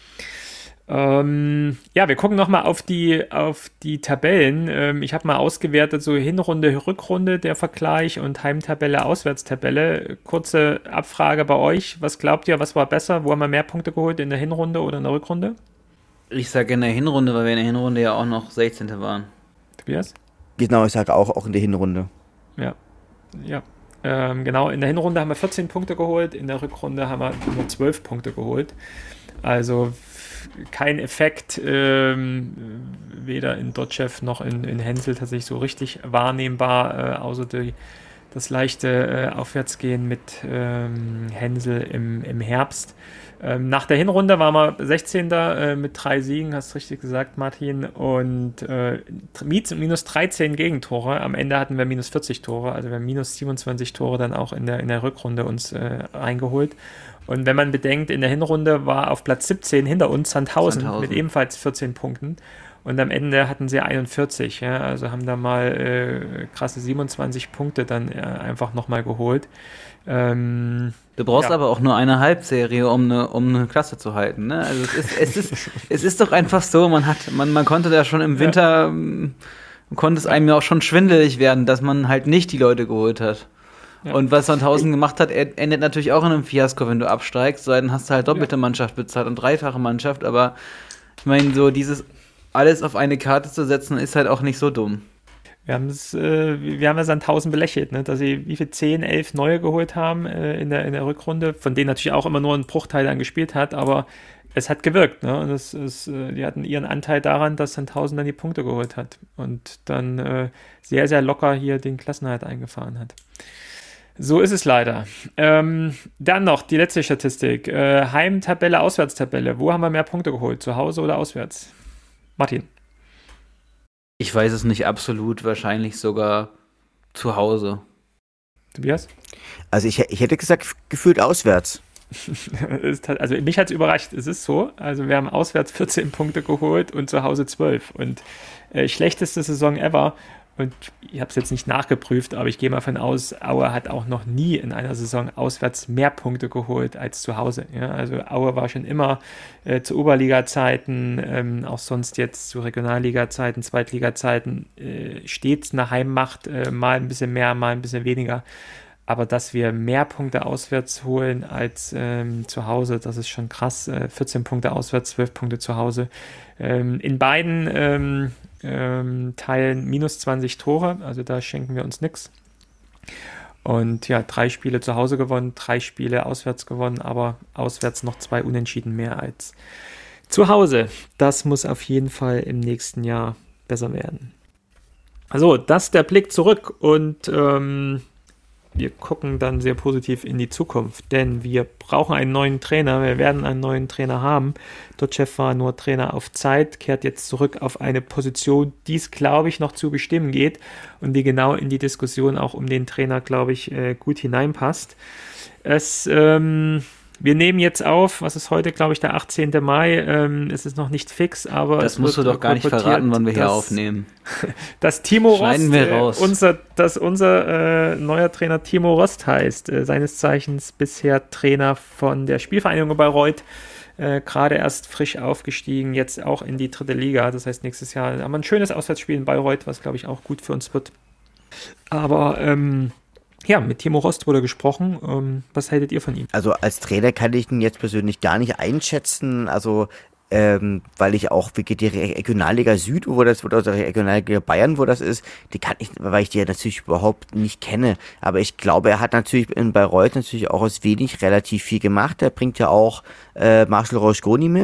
Ähm, ja, wir gucken nochmal auf die, auf die Tabellen. Ähm, ich habe mal ausgewertet, so Hinrunde, Rückrunde, der Vergleich und Heimtabelle, Auswärtstabelle. Kurze Abfrage bei euch. Was glaubt ihr, was war besser? Wo haben wir mehr Punkte geholt, in der Hinrunde oder in der Rückrunde? Ich sage in der Hinrunde, weil wir in der Hinrunde ja auch noch sechzehnte waren. Tobias? Genau, ich sage auch, auch in der Hinrunde. Ja, ja. Ähm, genau, in der Hinrunde haben wir vierzehn Punkte geholt, in der Rückrunde haben wir nur zwölf Punkte geholt. Also kein Effekt, ähm, weder in Dotschew noch in, in Hensel tatsächlich so richtig wahrnehmbar, äh, außer die, das leichte äh, Aufwärtsgehen mit ähm, Hensel im, im Herbst. Ähm, nach der Hinrunde waren wir sechzehnter äh, mit drei Siegen, hast du richtig gesagt, Martin, und äh, minus dreizehn Gegentore. Am Ende hatten wir minus vierzig Tore, also wir haben minus siebenundzwanzig Tore dann auch in der, in der Rückrunde uns äh, reingeholt. Und wenn man bedenkt, in der Hinrunde war auf Platz siebzehn hinter uns Sandhausen, Sandhausen. mit ebenfalls vierzehn Punkten. Und am Ende hatten sie einundvierzig, ja, also haben da mal äh, krasse siebenundzwanzig Punkte dann äh, einfach nochmal geholt. Ähm, du brauchst ja. aber auch nur eine Halbserie, um eine, um eine Klasse zu halten. Ne? Also es ist, es ist, es ist doch einfach so, man hat, man, man konnte da schon im Winter, ja. konnte es einem ja auch schon schwindelig werden, dass man halt nicht die Leute geholt hat. Ja. Und was Sandhausen gemacht hat, endet natürlich auch in einem Fiasko, wenn du absteigst, weil dann hast du halt doppelte ja. Mannschaft bezahlt und dreifache Mannschaft, aber ich meine, so dieses alles auf eine Karte zu setzen, ist halt auch nicht so dumm. Wir haben es, äh, wir haben ja Sandhausen belächelt, ne? Dass sie wie viel zehn, elf neue geholt haben äh, in der in der Rückrunde, von denen natürlich auch immer nur ein Bruchteil dann gespielt hat, aber es hat gewirkt, ne? Und es ist, äh, die hatten ihren Anteil daran, dass Sandhausen dann die Punkte geholt hat und dann äh, sehr, sehr locker hier den Klassenerhalt eingefahren hat. So ist es leider. Ähm, dann noch die letzte Statistik. Äh, Heimtabelle, Auswärtstabelle. Wo haben wir mehr Punkte geholt? Zu Hause oder auswärts? Martin. Ich weiß es nicht absolut, wahrscheinlich sogar zu Hause. Tobias? Also ich, ich hätte gesagt, gefühlt auswärts. Also mich hat es überrascht. Es ist so. Also wir haben auswärts vierzehn Punkte geholt und zu Hause zwölf. Und äh, schlechteste Saison ever. Und ich habe es jetzt nicht nachgeprüft, aber ich gehe mal von aus, Aue hat auch noch nie in einer Saison auswärts mehr Punkte geholt als zu Hause. Ja, also Aue war schon immer äh, zu Oberliga-Zeiten, ähm, auch sonst jetzt zu Regionalliga-Zeiten, Zweitliga-Zeiten, äh, stets eine Heimmacht, äh, mal ein bisschen mehr, mal ein bisschen weniger. Aber dass wir mehr Punkte auswärts holen als ähm, zu Hause, das ist schon krass. Äh, vierzehn Punkte auswärts, zwölf Punkte zu Hause. Ähm, in beiden ähm, ähm, Teilen minus zwanzig Tore, also da schenken wir uns nichts. Und ja, drei Spiele zu Hause gewonnen, drei Spiele auswärts gewonnen, aber auswärts noch zwei Unentschieden mehr als zu Hause. Das muss auf jeden Fall im nächsten Jahr besser werden. Also, das ist der Blick zurück und ähm, wir gucken dann sehr positiv in die Zukunft, denn wir brauchen einen neuen Trainer, wir werden einen neuen Trainer haben. Dotschew war nur Trainer auf Zeit, kehrt jetzt zurück auf eine Position, die es, glaube ich, noch zu bestimmen geht und die genau in die Diskussion auch um den Trainer, glaube ich, gut hineinpasst. Es, ähm, wir nehmen jetzt auf, was ist heute, glaube ich, der achtzehnte Mai, ähm, es ist noch nicht fix, aber das musst du doch gar nicht verraten, wann wir hier aufnehmen. Dass Timo Schneiden Rost, wir raus. Äh, unser, dass unser äh, neuer Trainer Timo Rost heißt, äh, seines Zeichens bisher Trainer von der Spielvereinigung Bayreuth, äh, gerade erst frisch aufgestiegen, jetzt auch in die dritte Liga, das heißt nächstes Jahr haben wir ein schönes Auswärtsspiel in Bayreuth, was glaube ich auch gut für uns wird. Aber ähm, ja, mit Timo Rost wurde gesprochen. Ähm, was haltet ihr von ihm? Also als Trainer kann ich ihn jetzt persönlich gar nicht einschätzen. Also ähm, weil ich auch wirklich die Regionalliga Süd, wo das oder die Regionalliga Bayern, wo das ist, die kann ich, weil ich die ja natürlich überhaupt nicht kenne. Aber ich glaube, er hat natürlich in Bayreuth natürlich auch aus wenig relativ viel gemacht. Er bringt ja auch äh, Marcel Roschgoni mit.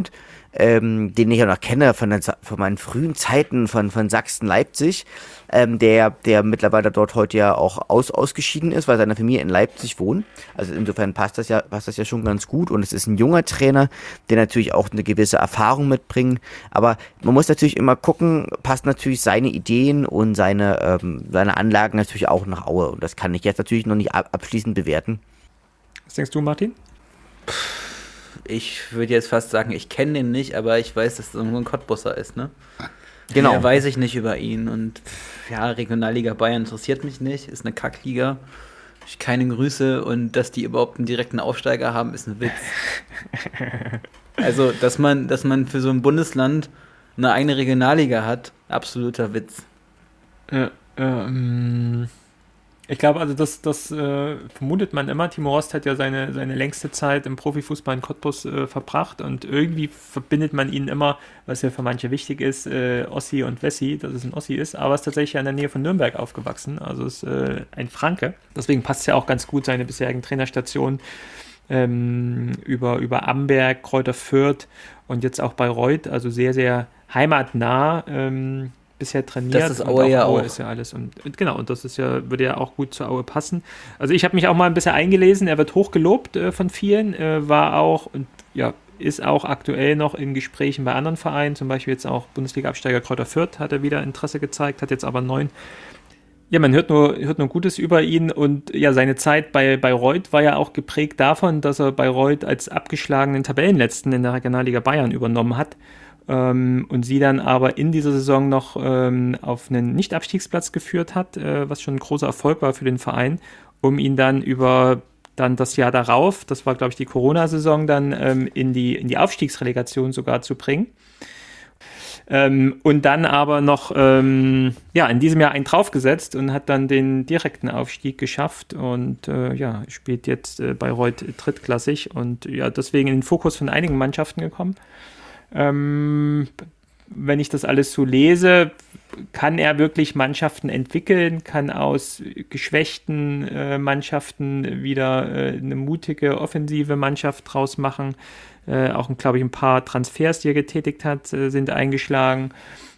ähm, den ich ja noch kenne von, den, von meinen frühen Zeiten von, von Sachsen-Leipzig, ähm, der, der mittlerweile dort heute ja auch aus, ausgeschieden ist, weil seine Familie in Leipzig wohnt. Also insofern passt das ja, passt das ja schon ganz gut. Und es ist ein junger Trainer, der natürlich auch eine gewisse Erfahrung mitbringt. Aber man muss natürlich immer gucken, passt natürlich seine Ideen und seine, ähm, seine Anlagen natürlich auch nach Aue. Und das kann ich jetzt natürlich noch nicht ab, abschließend bewerten. Was denkst du, Martin? Ich würde jetzt fast sagen, ich kenne den nicht, aber ich weiß, dass das nur ein Cottbusser ist, ne? Genau. Mehr weiß ich nicht über ihn. Und ja, Regionalliga Bayern interessiert mich nicht, ist eine Kackliga. Ich keine Grüße und dass die überhaupt einen direkten Aufsteiger haben, ist ein Witz. Also, dass man, dass man für so ein Bundesland eine eigene Regionalliga hat, absoluter Witz. Ja, ähm, ich glaube, also das, das äh, vermutet man immer. Timo Rost hat ja seine, seine längste Zeit im Profifußball in Cottbus äh, verbracht und irgendwie verbindet man ihn immer, was ja für manche wichtig ist, äh, Ossi und Wessi, dass es ein Ossi ist, aber er ist tatsächlich in der Nähe von Nürnberg aufgewachsen, also ist äh, ein Franke. Deswegen passt es ja auch ganz gut, seine bisherigen Trainerstationen ähm, über, über Amberg, Kräuter Fürth und jetzt auch Bayreuth, also sehr, sehr heimatnah ähm, bisher trainiert. Das ist Aue ja auch. Ist ja alles und, und genau, und das ist ja, würde ja auch gut zur Aue passen. Also ich habe mich auch mal ein bisschen eingelesen, er wird hochgelobt äh, von vielen, äh, war auch und ja, ist auch aktuell noch in Gesprächen bei anderen Vereinen, zum Beispiel jetzt auch Bundesliga-Absteiger Kräuter Fürth hat er wieder Interesse gezeigt, hat jetzt aber neun. Ja, man hört nur, hört nur Gutes über ihn und ja, seine Zeit bei Bayreuth war ja auch geprägt davon, dass er Bayreuth als abgeschlagenen Tabellenletzten in der Regionalliga Bayern übernommen hat. Ähm, und sie dann aber in dieser Saison noch ähm, auf einen Nicht-Abstiegsplatz geführt hat, äh, was schon ein großer Erfolg war für den Verein, um ihn dann über dann das Jahr darauf, das war glaube ich die Corona-Saison, dann ähm, in die, in die Aufstiegsrelegation sogar zu bringen. Ähm, und dann aber noch ähm, ja, in diesem Jahr einen draufgesetzt und hat dann den direkten Aufstieg geschafft und äh, ja, spielt jetzt äh, Bayreuth drittklassig und ja, deswegen in den Fokus von einigen Mannschaften gekommen. Ähm, wenn ich das alles so lese, kann er wirklich Mannschaften entwickeln, kann aus geschwächten äh, Mannschaften wieder äh, eine mutige, offensive Mannschaft draus machen. Äh, auch, glaube ich, ein paar Transfers, die er getätigt hat, äh, sind eingeschlagen.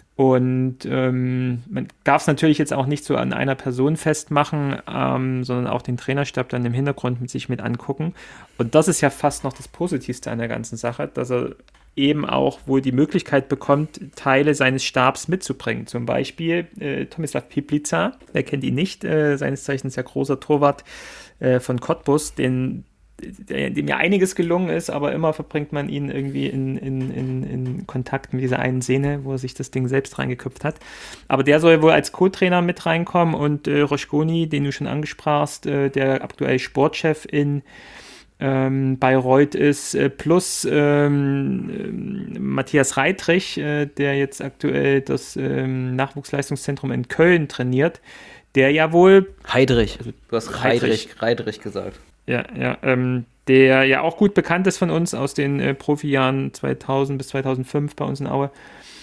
Und ähm, man darf es natürlich jetzt auch nicht so an einer Person festmachen, ähm, sondern auch den Trainerstab dann im Hintergrund mit sich mit angucken. Und das ist ja fast noch das Positivste an der ganzen Sache, dass er eben auch wohl die Möglichkeit bekommt, Teile seines Stabs mitzubringen. Zum Beispiel äh, Tomislav Piplica, wer kennt ihn nicht, äh, seines Zeichens ja großer Torwart äh, von Cottbus, den, der, dem ja einiges gelungen ist, aber immer verbringt man ihn irgendwie in, in, in, in Kontakt mit dieser einen Szene, wo er sich das Ding selbst reingeköpft hat. Aber der soll wohl als Co-Trainer mit reinkommen und äh, Roschkoni, den du schon angesprachst, äh, der aktuell Sportchef in Ähm, Bayreuth ist, äh, plus ähm, äh, Matthias Reitrich, äh, der jetzt aktuell das ähm, Nachwuchsleistungszentrum in Köln trainiert, der ja wohl... Heidrich, also, du hast Heidrich, Heidrich gesagt. Ja, ja, ähm, der ja auch gut bekannt ist von uns aus den äh, Profijahren zweitausend bis zweitausendfünf bei uns in Aue.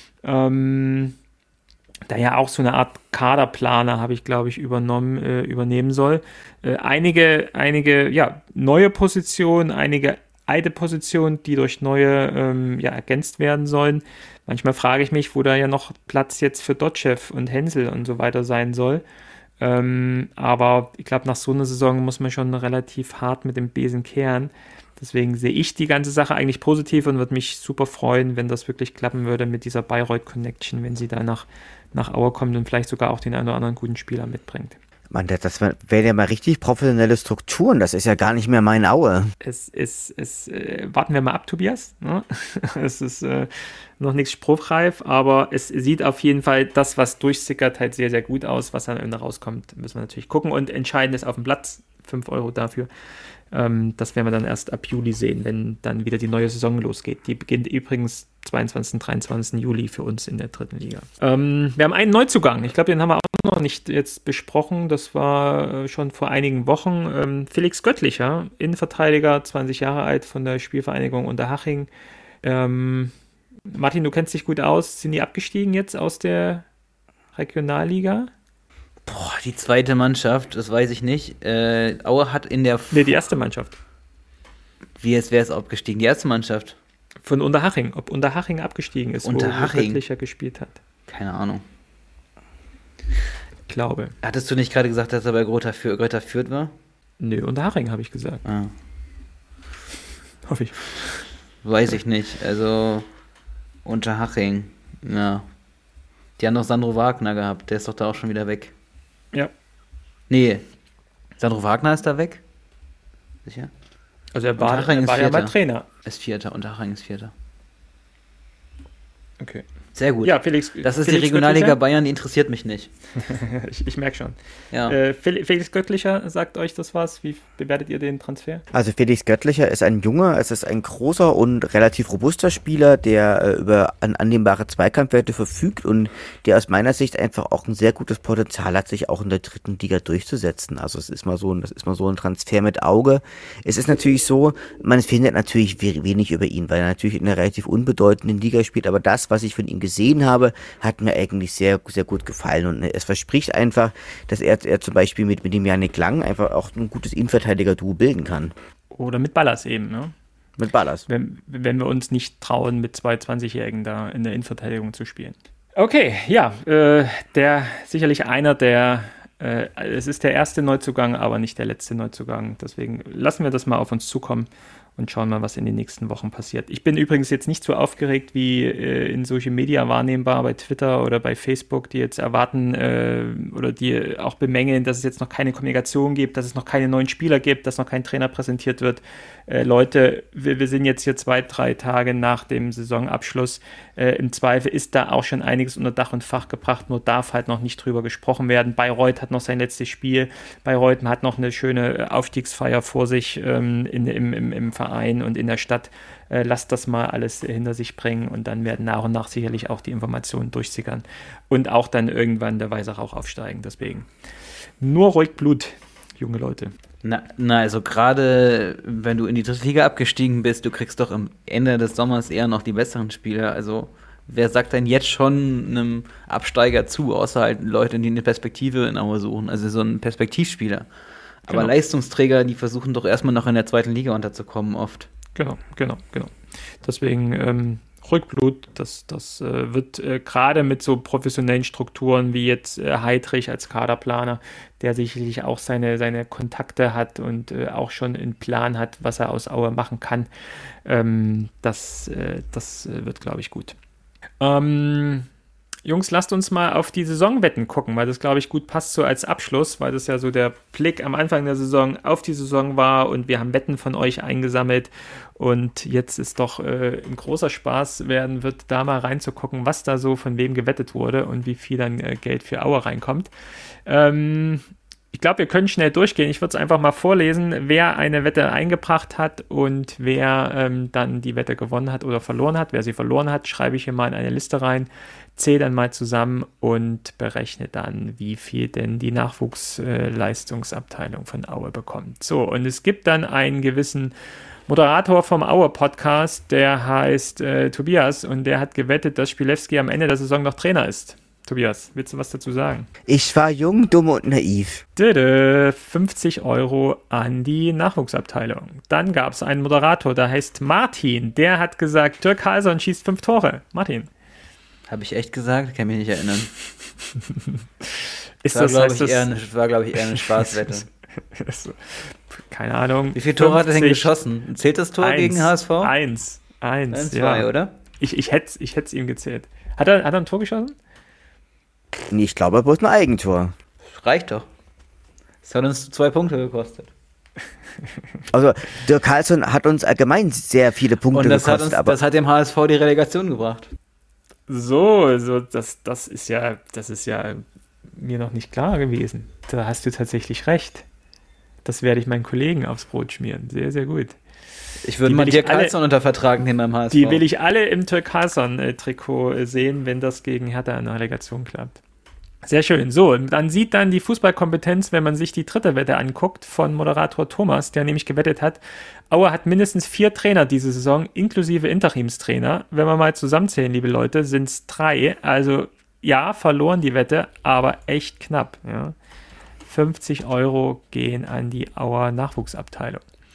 Ähm, da ja auch so eine Art Kaderplaner, habe ich, glaube ich, übernommen, äh, übernehmen soll. Äh, einige, einige, ja, neue Positionen, einige alte Positionen, die durch neue, ähm, ja, ergänzt werden sollen. Manchmal frage ich mich, wo da ja noch Platz jetzt für Dotschew und Hensel und so weiter sein soll. Ähm, aber ich glaube, nach so einer Saison muss man schon relativ hart mit dem Besen kehren. Deswegen sehe ich die ganze Sache eigentlich positiv und würde mich super freuen, wenn das wirklich klappen würde mit dieser Bayreuth-Connection, wenn sie da nach, nach Aue kommt und vielleicht sogar auch den einen oder anderen guten Spieler mitbringt. Mann, das, das wäre ja mal richtig professionelle Strukturen. Das ist ja gar nicht mehr mein Aue. Es ist, es, äh, warten wir mal ab, Tobias. Ne? Es ist äh, noch nichts spruchreif, aber es sieht auf jeden Fall das, was durchsickert, halt sehr, sehr gut aus. Was dann am Ende rauskommt, müssen wir natürlich gucken. Und entscheidend ist auf dem Platz, fünf Euro dafür. Ähm, das werden wir dann erst ab Juli sehen, wenn dann wieder die neue Saison losgeht. Die beginnt übrigens zweiundzwanzigsten, dreiundzwanzigsten Juli für uns in der dritten Liga. Ähm, wir haben einen Neuzugang. Ich glaube, den haben wir auch noch nicht jetzt besprochen. Das war äh, schon vor einigen Wochen. Ähm, Felix Göttlicher, Innenverteidiger, zwanzig Jahre alt von der Spielvereinigung Unterhaching. Ähm, Martin, du kennst dich gut aus. Sind die abgestiegen jetzt aus der Regionalliga? Boah, die zweite Mannschaft, das weiß ich nicht. Äh, Aue hat in der... F- Nee, die erste Mannschaft. Wie, jetzt wäre es abgestiegen? Die erste Mannschaft? Von Unterhaching, ob Unterhaching abgestiegen ist, Unterhaching. wo Göttlicher gespielt hat. Keine Ahnung. Ich glaube. Hattest du nicht gerade gesagt, dass er bei Greuther Fürth, Greuther Fürth war? Nö, Unterhaching habe ich gesagt. Ah. Hoffe ich. Weiß ich nicht. Also Unterhaching. Ja. Die haben doch Sandro Wagner gehabt. Der ist doch da auch schon wieder weg. Ja. Nee. Sandro Wagner ist da weg? Sicher? Also er war, Unterhaching er ist war ja mal Vierter. Trainer. Ist Vierter. Unterhaching ist Vierter. Okay. Sehr gut. Ja, Felix. Das ist Felix die Regionalliga Göttlicher. Bayern, die interessiert mich nicht. ich ich merke schon. Ja. Äh, Fel- Felix Göttlicher, sagt euch das was? Wie bewertet ihr den Transfer? Also Felix Göttlicher ist ein Junge, es ist ein großer und relativ robuster Spieler, der äh, über an, annehmbare Zweikampfwerte verfügt und der aus meiner Sicht einfach auch ein sehr gutes Potenzial hat, sich auch in der dritten Liga durchzusetzen. Also es ist mal so, ein- das ist mal so ein Transfer mit Auge. Es ist natürlich so, man findet natürlich we- wenig über ihn, weil er natürlich in einer relativ unbedeutenden Liga spielt, aber das, was ich von ihm gesehen habe, hat mir eigentlich sehr, sehr gut gefallen und es verspricht einfach, dass er, er zum Beispiel mit, mit dem Yannick Lang einfach auch ein gutes Innenverteidiger-Duo bilden kann. Oder mit Ballas eben, ne? Mit Ballas. Wenn, wenn wir uns nicht trauen, mit zwei zwanzigjährigen da in der Innenverteidigung zu spielen. Okay, ja, äh, der sicherlich einer der, äh, es ist der erste Neuzugang, aber nicht der letzte Neuzugang. Deswegen lassen wir das mal auf uns zukommen und schauen mal, was in den nächsten Wochen passiert. Ich bin übrigens jetzt nicht so aufgeregt wie äh, in Social Media wahrnehmbar bei Twitter oder bei Facebook, die jetzt erwarten äh, oder die auch bemängeln, dass es jetzt noch keine Kommunikation gibt, dass es noch keine neuen Spieler gibt, dass noch kein Trainer präsentiert wird. Äh, Leute, wir, wir sind jetzt hier zwei, drei Tage nach dem Saisonabschluss. Äh, Im Zweifel ist da auch schon einiges unter Dach und Fach gebracht, nur darf halt noch nicht drüber gesprochen werden. Bayreuth hat noch sein letztes Spiel. Bayreuth hat noch eine schöne Aufstiegsfeier vor sich ähm, in, im, im, im Verein und in der Stadt. Äh, lasst das mal alles hinter sich bringen und dann werden nach und nach sicherlich auch die Informationen durchsickern und auch dann irgendwann der weiße Rauch aufsteigen. Deswegen nur ruhig Blut, junge Leute. Na, na, also gerade wenn du in die dritte Liga abgestiegen bist, du kriegst doch am Ende des Sommers eher noch die besseren Spieler. Also wer sagt denn jetzt schon einem Absteiger zu, außer halt Leute, die eine Perspektive in Aue suchen, also so ein Perspektivspieler. Aber Genau. Leistungsträger, die versuchen doch erstmal noch in der zweiten Liga unterzukommen oft. Genau, genau, genau. Deswegen ähm, Rückblut, das, das äh, wird äh, gerade mit so professionellen Strukturen wie jetzt äh, Heidrich als Kaderplaner, der sicherlich auch seine, seine Kontakte hat und äh, auch schon einen Plan hat, was er aus Aue machen kann. Ähm, das äh, das äh, wird, glaube ich, gut. Ähm, Jungs, lasst uns mal auf die Saisonwetten gucken, weil das, glaube ich, gut passt so als Abschluss, weil das ja so der Blick am Anfang der Saison auf die Saison war und wir haben Wetten von euch eingesammelt und jetzt ist doch äh, ein großer Spaß werden wird, da mal reinzugucken, was da so von wem gewettet wurde und wie viel dann äh, Geld für Aue reinkommt. Ähm, ich glaube, wir können schnell durchgehen. Ich würde es einfach mal vorlesen, wer eine Wette eingebracht hat und wer ähm, dann die Wette gewonnen hat oder verloren hat. Wer sie verloren hat, schreibe ich hier mal in eine Liste rein, zähle dann mal zusammen und berechne dann, wie viel denn die Nachwuchsleistungsabteilung von Aue bekommt. So, und es gibt dann einen gewissen Moderator vom Aue-Podcast, der heißt äh, Tobias und der hat gewettet, dass Spielewski am Ende der Saison noch Trainer ist. Tobias, willst du was dazu sagen? Ich war jung, dumm und naiv. Döde, fünfzig Euro an die Nachwuchsabteilung. Dann gab es einen Moderator, der heißt Martin. Der hat gesagt, Dirk Halson schießt fünf Tore. Martin. Habe ich echt gesagt? Kann mich nicht erinnern. Ist war, das, glaube heißt ich, das, eher eine, war, glaube ich, eher eine Spaßwette. keine Ahnung. Wie viele Tore hat er denn fünfzig geschossen? Zählt das Tor eins, gegen H S V? Eins. Eins, Eins, ja. zwei, oder? Ich, ich hätte es ich hätt's ihm gezählt. Hat er, hat er ein Tor geschossen? Nee, ich glaube, er bloß ein Eigentor. Reicht doch. Das hat uns zwei Punkte gekostet. Also, Dirk Carlson hat uns allgemein sehr viele Punkte Und das hat, gekostet, uns, aber das hat dem H S V die Relegation gebracht. So, so das, das ist ja, das ist ja mir noch nicht klar gewesen. Da hast du tatsächlich recht. Das werde ich meinen Kollegen aufs Brot schmieren. Sehr, sehr gut. Ich würde Die mal will Dirk ich alle- Carlson unter Vertrag nehmen beim H S V. Die will ich alle im Dirk Carlson-Trikot sehen, wenn das gegen Hertha in der Relegation klappt. Sehr schön. So, und dann sieht dann die Fußballkompetenz, wenn man sich die dritte Wette anguckt, von Moderator Thomas, der nämlich gewettet hat, Aue hat mindestens vier Trainer diese Saison, inklusive Interimstrainer. Wenn wir mal zusammenzählen, liebe Leute, sind es drei. Also ja, verloren die Wette, aber echt knapp. Ja. fünfzig Euro gehen an die Auer Nachwuchsabteilung.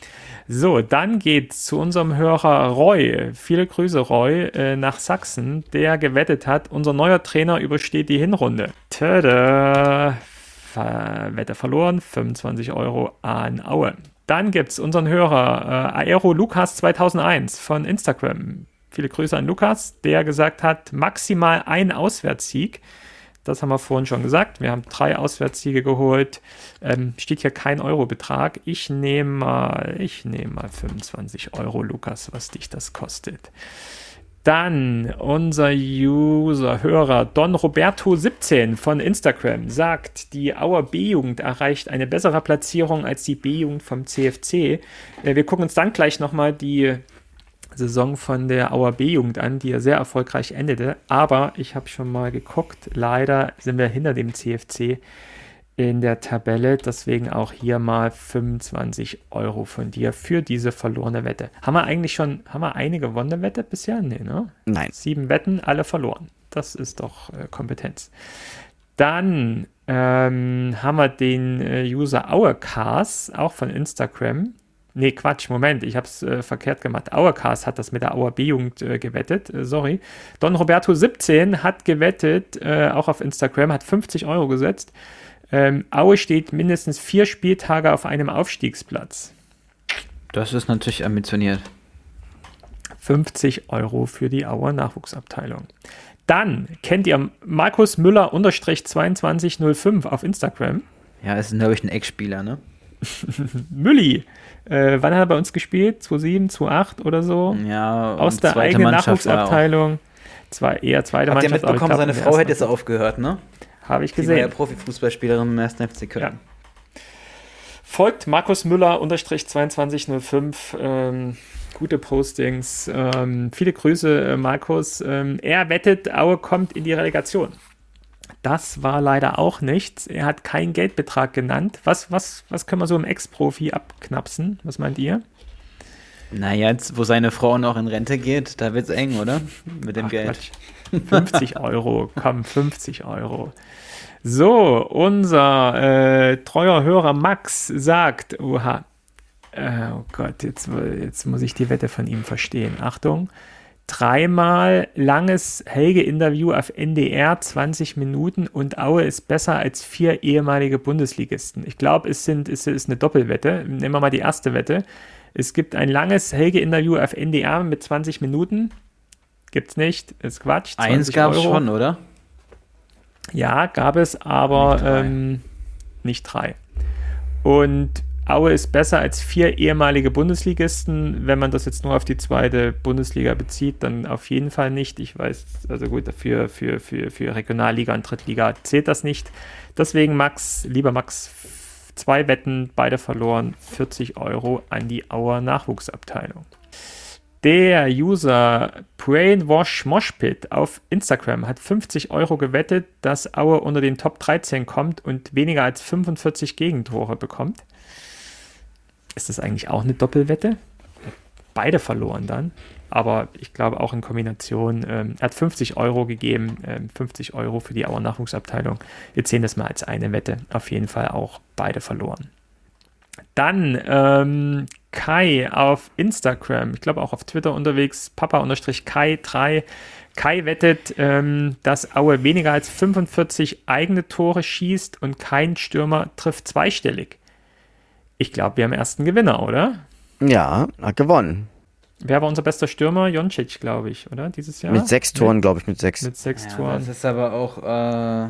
So, dann geht's zu unserem Hörer Roy. Viele Grüße, Roy, äh, nach Sachsen, der gewettet hat, unser neuer Trainer übersteht die Hinrunde. Tada! Ver- Wette verloren, fünfundzwanzig Euro an Aue. Dann gibt's unseren Hörer äh, Aero Lukas zweitausendeins von Instagram. Viele Grüße an Lukas, der gesagt hat, maximal ein Auswärtssieg. Das haben wir vorhin schon gesagt. Wir haben drei Auswärtssiege geholt. Ähm, steht hier kein Eurobetrag. Ich nehme mal, ich nehme mal fünfundzwanzig Euro, Lukas, was dich das kostet. Dann unser User, Hörer Don Roberto siebzehn von Instagram sagt, die Auer B-Jugend erreicht eine bessere Platzierung als die B-Jugend vom C F C. Äh, wir gucken uns dann gleich nochmal die Saison von der Auer B-Jugend an, die ja sehr erfolgreich endete. Aber ich habe schon mal geguckt, leider sind wir hinter dem C F C in der Tabelle. Deswegen auch hier mal fünfundzwanzig Euro von dir für diese verlorene Wette. Haben wir eigentlich schon, haben wir eine gewonnene Wette bisher? Nee, ne? Nein. Sieben Wetten, alle verloren. Das ist doch äh, Kompetenz. Dann ähm, haben wir den äh, User Auercars, auch von Instagram. Nee, Quatsch, Moment, ich habe es äh, verkehrt gemacht. Auercast hat das mit der Auer B-Jugend äh, gewettet, äh, sorry. Don Roberto siebzehn hat gewettet, äh, auch auf Instagram, hat fünfzig Euro gesetzt. Ähm, Aue steht mindestens vier Spieltage auf einem Aufstiegsplatz. Das ist natürlich ambitioniert. fünfzig Euro für die Auer Nachwuchsabteilung. Dann kennt ihr Markus Müller zweiundzwanzig null fünf auf Instagram. Ja, ist, glaube ich, ein Ex-Spieler, ne? Mülli. Äh, wann hat er bei uns gespielt? zweitausendsieben, zweitausendacht oder so? Ja, aus der eigenen Nachwuchsabteilung. Zwar eher zweite Habt ihr Mannschaft. mitbekommen, seine Frau hätte jetzt aufgehört, ne? Habe ich Sie war gesehen. ja Profifußballspielerin im ersten F C Köln. Ja. Folgt Markus Müller zweiundzwanzig null fünf. Ähm, gute Postings. Ähm, viele Grüße, äh, Markus. Ähm, er wettet, Aue kommt in die Relegation. Das war leider auch nichts. Er hat keinen Geldbetrag genannt. Was, was, was können wir so im Ex-Profi abknapsen? Was meint ihr? Naja, jetzt, wo seine Frau noch in Rente geht, da wird's eng, oder? Mit dem Ach, Geld. Quatsch. fünfzig Euro, komm, fünfzig Euro. So, unser äh, treuer Hörer Max sagt, oha, äh, oh Gott, jetzt, jetzt muss ich die Wette von ihm verstehen. Achtung. Dreimal langes Helge-Interview auf N D R, zwanzig Minuten und Aue ist besser als vier ehemalige Bundesligisten. Ich glaube, es, sind, es ist eine Doppelwette. Nehmen wir mal die erste Wette. Es gibt ein langes Helge-Interview auf N D R mit zwanzig Minuten. Gibt's nicht, ist Quatsch. Eins gab es schon, oder? Ja, gab es, aber nicht drei. Ähm, nicht drei. Und Aue ist besser als vier ehemalige Bundesligisten. Wenn man das jetzt nur auf die zweite Bundesliga bezieht, dann auf jeden Fall nicht. Ich weiß, also gut, für, für, für, für Regionalliga und Drittliga zählt das nicht. Deswegen Max, lieber Max, zwei Wetten, beide verloren, vierzig Euro an die Auer Nachwuchsabteilung. Der User Brainwash Moshpit auf Instagram hat fünfzig Euro gewettet, dass Aue unter den Top dreizehn kommt und weniger als fünfundvierzig Gegentore bekommt. Ist das eigentlich auch eine Doppelwette? Beide verloren dann, aber ich glaube auch in Kombination. Ähm, er hat fünfzig Euro gegeben, ähm, fünfzig Euro für die Auer Nachwuchsabteilung. Wir zählen das mal als eine Wette. Auf jeden Fall auch beide verloren. Dann ähm, Kai auf Instagram, ich glaube auch auf Twitter unterwegs, Papa-Kai drei. Kai wettet, ähm, dass Aue weniger als fünfundvierzig eigene Tore schießt und kein Stürmer trifft zweistellig. Ich glaube, wir haben ersten Gewinner, oder? Ja, hat gewonnen. Wer war unser bester Stürmer? Joncic, glaube ich, oder? Dieses Jahr? Mit sechs Toren, glaube ich, mit sechs. Mit sechs Ja, Toren. das ist aber auch, äh,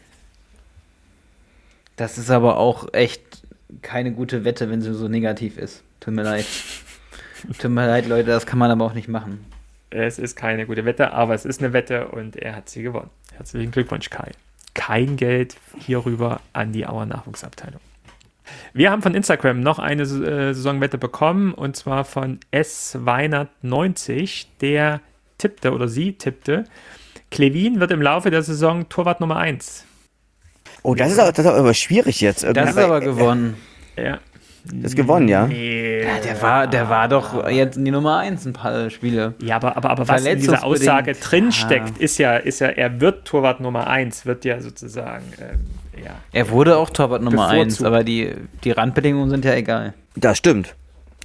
das ist aber auch echt keine gute Wette, wenn sie so negativ ist. Tut mir leid. Tut mir leid, Leute, das kann man aber auch nicht machen. Es ist keine gute Wette, aber es ist eine Wette und er hat sie gewonnen. Herzlichen Glückwunsch, Kai. Kein Geld hierüber an die Auer Nachwuchsabteilung. Wir haben von Instagram noch eine äh, Saisonwette bekommen und zwar von S. Weinert neunzig, der tippte oder sie tippte, Klevin wird im Laufe der Saison Torwart Nummer eins. Oh, das ist, auch, das ist aber schwierig jetzt. Das ist aber gewonnen. Ja. Das ist gewonnen, ja? Nee. Ja, der war, der war doch jetzt die Nummer eins ein paar Spiele. Ja, aber, aber, aber was in dieser Aussage drinsteckt, ja. ist ja, ist ja, er wird Torwart Nummer eins, wird ja sozusagen, ähm, ja. Er wurde auch Torwart Nummer eins, Bevorzugt. aber die, die Randbedingungen sind ja egal. Das stimmt.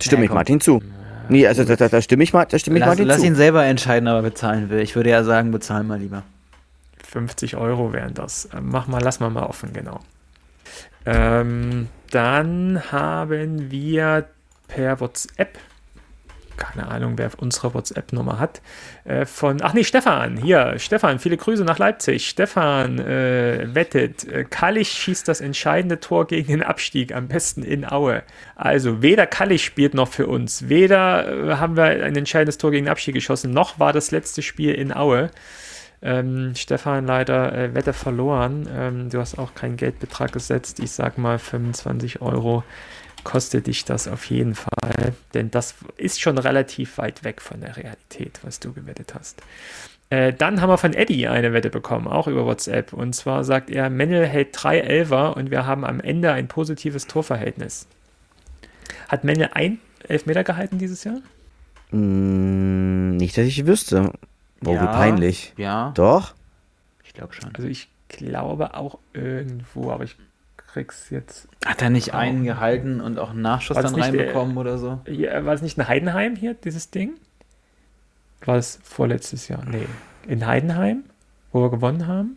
Stimme Ja, ich komm. Martin zu. Nee, also da, da, da stimme ich, mal, da stimme ich Lass, Martin lass zu. ihn selber entscheiden, ob er bezahlen will. Ich würde ja sagen, bezahl mal lieber. fünfzig Euro wären das. Ähm, Mach mal, lass mal mal offen, genau. Ähm, dann haben wir per WhatsApp, keine Ahnung, wer unsere WhatsApp-Nummer hat, äh, von, ach nee, Stefan, hier, Stefan, viele Grüße nach Leipzig. Stefan äh, wettet, äh, Kallich schießt das entscheidende Tor gegen den Abstieg, am besten in Aue. Also weder Kallich spielt noch für uns, weder äh, haben wir ein entscheidendes Tor gegen den Abstieg geschossen, noch war das letzte Spiel in Aue. Ähm, Stefan, leider äh, Wette verloren. Ähm, du hast auch keinen Geldbetrag gesetzt. Ich sag mal, fünfundzwanzig Euro kostet dich das auf jeden Fall. Denn das ist schon relativ weit weg von der Realität, was du gewettet hast. Äh, dann haben wir von Eddie eine Wette bekommen, auch über WhatsApp. Und zwar sagt er, Mennel hält drei Elfer und wir haben am Ende ein positives Torverhältnis. Hat Mennel ein Elfmeter gehalten dieses Jahr? Mm, nicht, dass ich wüsste. Oh, Ja, wie peinlich. Ja, Doch? ich glaube schon. Also ich glaube auch irgendwo, aber ich krieg's jetzt. Hat er nicht einen gehalten und auch einen Nachschuss War das dann nicht der- reinbekommen oder so? Ja, war es nicht in Heidenheim hier, dieses Ding? War es vorletztes Jahr? Nee. In Heidenheim, wo wir gewonnen haben?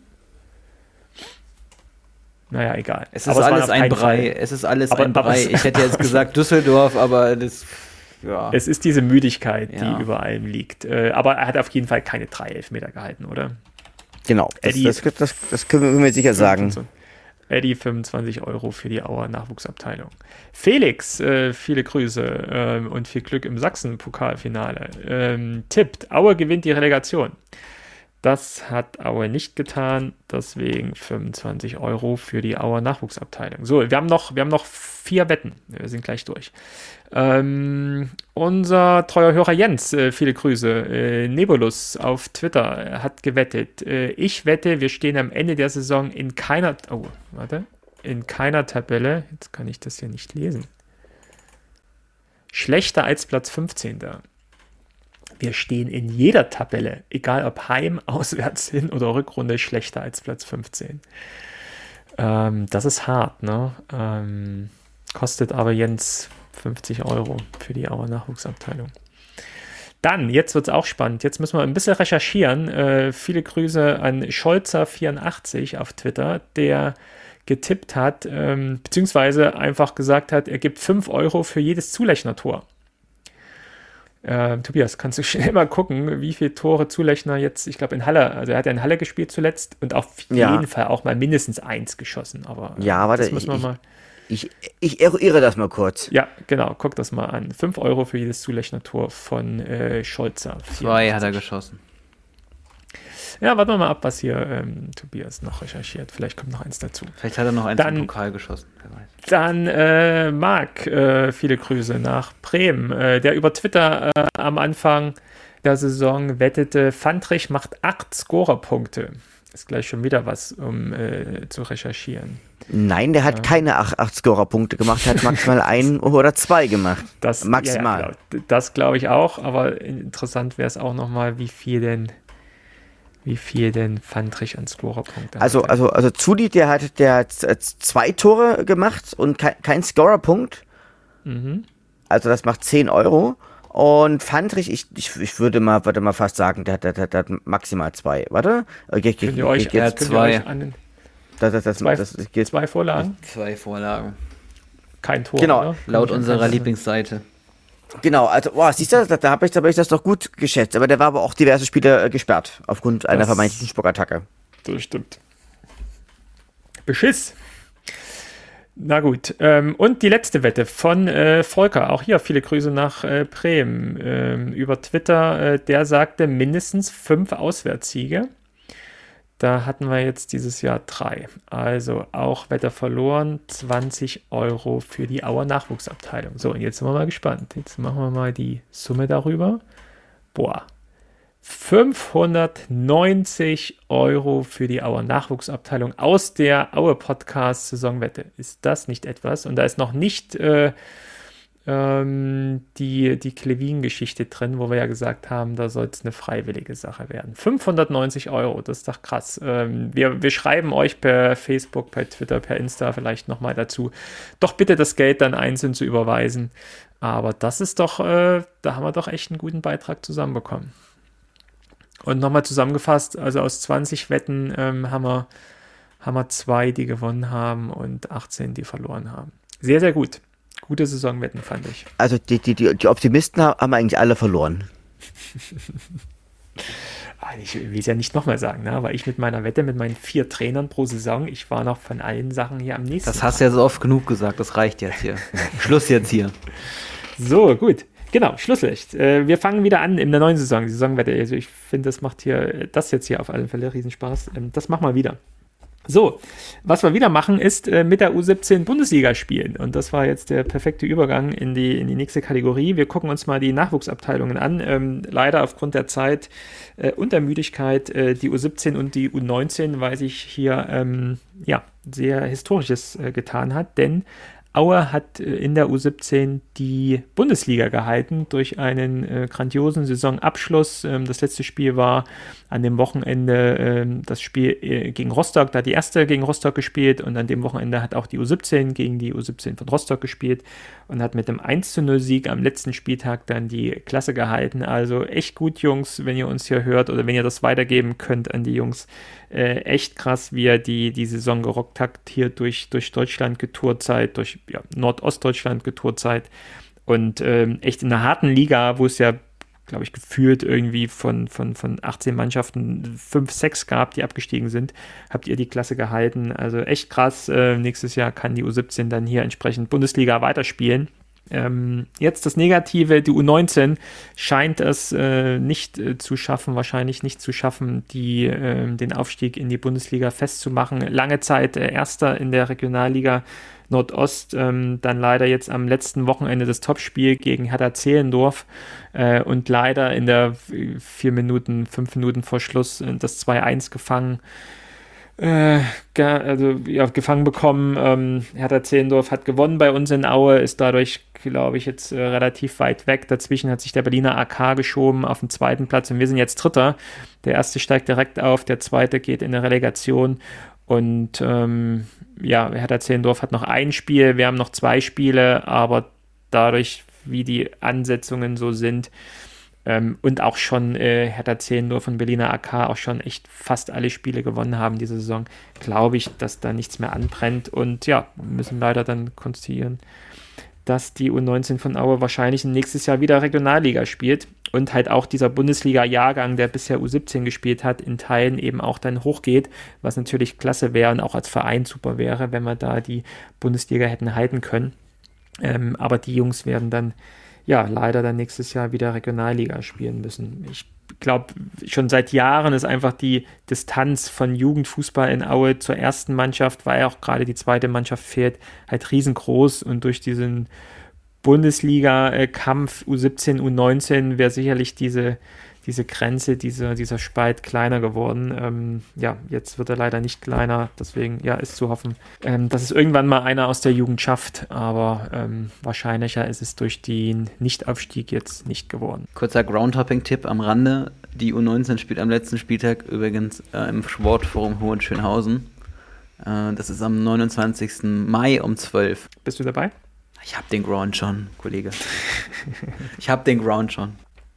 Naja, egal. Es ist Aber war alles auf ein keinen Brei. Fall- Es ist alles Aber- ein aber Brei. es- Ich hätte jetzt gesagt Düsseldorf, aber das. Ja. Es ist diese Müdigkeit, Ja. die über allem liegt. Äh, aber er hat auf jeden Fall keine drei Elfmeter gehalten, oder? Genau. Das, Eddie- das, das, das können wir sicher sagen. Eddie, fünfundzwanzig Euro für die Auer Nachwuchsabteilung. Felix, äh, viele Grüße ähm, und viel Glück im Sachsen-Pokalfinale. Ähm, tippt, Aue gewinnt die Relegation. Das hat Aue nicht getan, deswegen fünfundzwanzig Euro für die Auer Nachwuchsabteilung. So, wir haben noch, wir haben noch vier Wetten. Wir sind gleich durch. Ähm, unser treuer Hörer Jens, äh, viele Grüße, äh, Nebulus auf Twitter äh, hat gewettet. Äh, ich wette, wir stehen am Ende der Saison in keiner, oh, warte, in keiner Tabelle, jetzt kann ich das hier nicht lesen, schlechter als Platz fünfzehn da. Wir stehen in jeder Tabelle, egal ob Heim, Auswärts, Hin- oder Rückrunde, schlechter als Platz fünfzehn. Ähm, das ist hart, ne? Ähm, kostet aber Jens fünfzig Euro für die Auer Nachwuchsabteilung. Dann, jetzt wird es auch spannend. Jetzt müssen wir ein bisschen recherchieren. Äh, viele Grüße an Scholzer vierundachtzig auf Twitter, der getippt hat, ähm, beziehungsweise einfach gesagt hat, er gibt fünf Euro für jedes Zulechner-Tor. Äh, Tobias, kannst du schnell mal gucken, wie viele Tore Zulechner jetzt, ich glaube in Halle, also er hat ja in Halle gespielt zuletzt und auf Ja. jeden Fall auch mal mindestens eins geschossen. Aber äh, Ja, warte, das müssen wir ich- mal. Ich, ich eruiere das mal kurz. Ja, genau, guck das mal an. fünf Euro für jedes Zulechner-Tor von äh, Scholzer. Zwei hat er geschossen. Ja, warten wir mal ab, was hier ähm, Tobias noch recherchiert. Vielleicht kommt noch eins dazu. Vielleicht hat er noch eins Dann- im Pokal geschossen. Wer weiß. Dann äh, Marc, äh, viele Grüße nach Bremen, äh, der über Twitter äh, am Anfang der Saison wettete, Fandrich macht acht Scorerpunkte. Ist gleich schon wieder was, um äh, zu recherchieren. Nein, der hat Ja. keine acht Scorer-Punkte gemacht, hat maximal ein oder zwei gemacht. Das, Maximal. Ja, ja, glaub, das glaube ich auch, aber interessant wäre es auch nochmal, wie viel denn, wie viel denn Fandrich an Scorerpunkte Also, hatte. also, also Zuli, der hat der hat z- zwei Tore gemacht und kein, kein Scorer-Punkt. Mhm. Also das macht zehn Euro. Und Fandrich, ich, ich, ich würde mal, würde mal fast sagen, der, der, der, der hat maximal zwei. Warte. Okay, okay, Könnt ihr euch, okay, jetzt könnt ihr zwei. euch an den das, das, das, zwei, das, das geht. zwei Vorlagen? Zwei Vorlagen. Kein Tor, Genau. oder? Laut Kann ich unserer sagen. Lieblingsseite. Genau, also, boah, siehst du, da, da habe ich, da hab ich das doch gut geschätzt. Aber der war aber auch diverse Spiele äh, gesperrt, aufgrund einer Das- vermeintlichen Spuckattacke. Das stimmt. Beschiss. Na gut. Ähm, und die letzte Wette von äh, Volker. Auch hier viele Grüße nach äh, Bremen. Ähm, über Twitter, äh, der sagte mindestens fünf Auswärtssiege. Da hatten wir jetzt dieses Jahr drei. Also auch Wetter verloren, zwanzig Euro für die Auer Nachwuchsabteilung. So, und jetzt sind wir mal gespannt. Jetzt machen wir mal die Summe darüber. Boah. fünfhundertneunzig Euro für die Auer Nachwuchsabteilung aus der Aue Podcast Saisonwette. Ist das nicht etwas? Und da ist noch nicht äh, ähm, die, die Klevin-Geschichte drin, wo wir ja gesagt haben, da soll es eine freiwillige Sache werden. fünfhundertneunzig Euro, das ist doch krass. Ähm, wir, wir schreiben euch per Facebook, per Twitter, per Insta vielleicht nochmal dazu, doch bitte das Geld dann einzeln zu überweisen. Aber das ist doch, äh, da haben wir doch echt einen guten Beitrag zusammenbekommen. Und nochmal zusammengefasst, also aus zwanzig Wetten ähm, haben wir, haben wir zwei, die gewonnen haben und achtzehn, die verloren haben. Sehr, sehr gut. Gute Saisonwetten, fand ich. Also die, die, die, die Optimisten haben eigentlich alle verloren. Ich will es ja nicht nochmal sagen, ne? Aber ich mit meiner Wette, mit meinen vier Trainern pro Saison, ich war noch von allen Sachen hier am nächsten. Das hast du ja so oft genug gesagt, das reicht jetzt hier. Schluss jetzt hier. So, gut. Genau, Schlusslicht. Wir fangen wieder an in der neuen Saison, die Saisonwette. Also ich finde, das macht hier, das jetzt hier auf alle Fälle Riesenspaß. Das machen wir wieder. So, was wir wieder machen, ist äh, mit der U siebzehn Bundesliga spielen. Und das war jetzt der perfekte Übergang in die, in die nächste Kategorie. Wir gucken uns mal die Nachwuchsabteilungen an. Ähm, leider aufgrund der Zeit äh, und der Müdigkeit äh, die U siebzehn und die U neunzehn, weil sich hier ähm, ja, sehr Historisches äh, getan hat. Denn Aue hat äh, in der U siebzehn die Bundesliga gehalten durch einen äh, grandiosen Saisonabschluss. Ähm, das letzte Spiel war an dem Wochenende ähm, das Spiel äh, gegen Rostock, da hat die erste gegen Rostock gespielt und an dem Wochenende hat auch die U siebzehn gegen die U siebzehn von Rostock gespielt und hat mit dem eins zu null Sieg am letzten Spieltag dann die Klasse gehalten. Also echt gut, Jungs, wenn ihr uns hier hört oder wenn ihr das weitergeben könnt an die Jungs. Äh, echt krass, wie er die, die Saison gerockt hat, hier durch, durch Deutschland getourt seid, durch ja, Nordostdeutschland getourt seid und ähm, echt in einer harten Liga, wo es ja, glaube ich, gefühlt irgendwie von, von, von achtzehn Mannschaften fünf, sechs gab, die abgestiegen sind, habt ihr die Klasse gehalten. Also echt krass. Äh, nächstes Jahr kann die U siebzehn dann hier entsprechend Bundesliga weiterspielen. Ähm, jetzt das Negative, die U neunzehn scheint es äh, nicht äh, zu schaffen, wahrscheinlich nicht zu schaffen, die, äh, den Aufstieg in die Bundesliga festzumachen. Lange Zeit äh, Erster in der Regionalliga Nordost, ähm, dann leider jetzt am letzten Wochenende das Topspiel gegen Hertha Zehlendorf äh, und leider in der vier Minuten, fünf Minuten vor Schluss äh, das zwei eins gefangen. Äh, also ja, gefangen bekommen. Ähm, Hertha Zehlendorf hat gewonnen bei uns in Aue, ist dadurch, glaube ich, jetzt äh, relativ weit weg. Dazwischen hat sich der Berliner A K geschoben auf den zweiten Platz und wir sind jetzt Dritter. Der erste steigt direkt auf, der zweite geht in eine Relegation und ähm, ja, Hertha Zehlendorf hat noch ein Spiel, wir haben noch zwei Spiele, aber dadurch, wie die Ansetzungen so sind, Ähm, und auch schon äh, Hertha Zehlendorf und Berliner A K auch schon echt fast alle Spiele gewonnen haben diese Saison, glaube ich, dass da nichts mehr anbrennt. Und ja, wir müssen leider dann konstatieren, dass die U neunzehn von Aue wahrscheinlich nächstes Jahr wieder Regionalliga spielt und halt auch dieser Bundesliga-Jahrgang, der bisher U siebzehn gespielt hat, in Teilen eben auch dann hochgeht, was natürlich klasse wäre und auch als Verein super wäre, wenn wir da die Bundesliga hätten halten können. Ähm, aber die Jungs werden dann ja, leider dann nächstes Jahr wieder Regionalliga spielen müssen. Ich glaube, schon seit Jahren ist einfach die Distanz von Jugendfußball in Aue zur ersten Mannschaft, weil auch gerade die zweite Mannschaft fehlt, halt riesengroß und durch diesen Bundesliga-Kampf U siebzehn, U neunzehn wäre sicherlich diese, diese Grenze, diese, dieser Spalt kleiner geworden. Ähm, ja, jetzt wird er leider nicht kleiner, deswegen ja, ist zu hoffen, ähm, dass es irgendwann mal einer aus der Jugend schafft, aber ähm, wahrscheinlicher ist es durch den Nichtaufstieg jetzt nicht geworden. Kurzer Groundhopping-Tipp am Rande, die U neunzehn spielt am letzten Spieltag übrigens äh, im Sportforum Hohenschönhausen. Äh, das ist am neunundzwanzigsten Mai um zwölf. Bist du dabei? Ich hab den Ground schon, Kollege. Ich hab den Ground schon.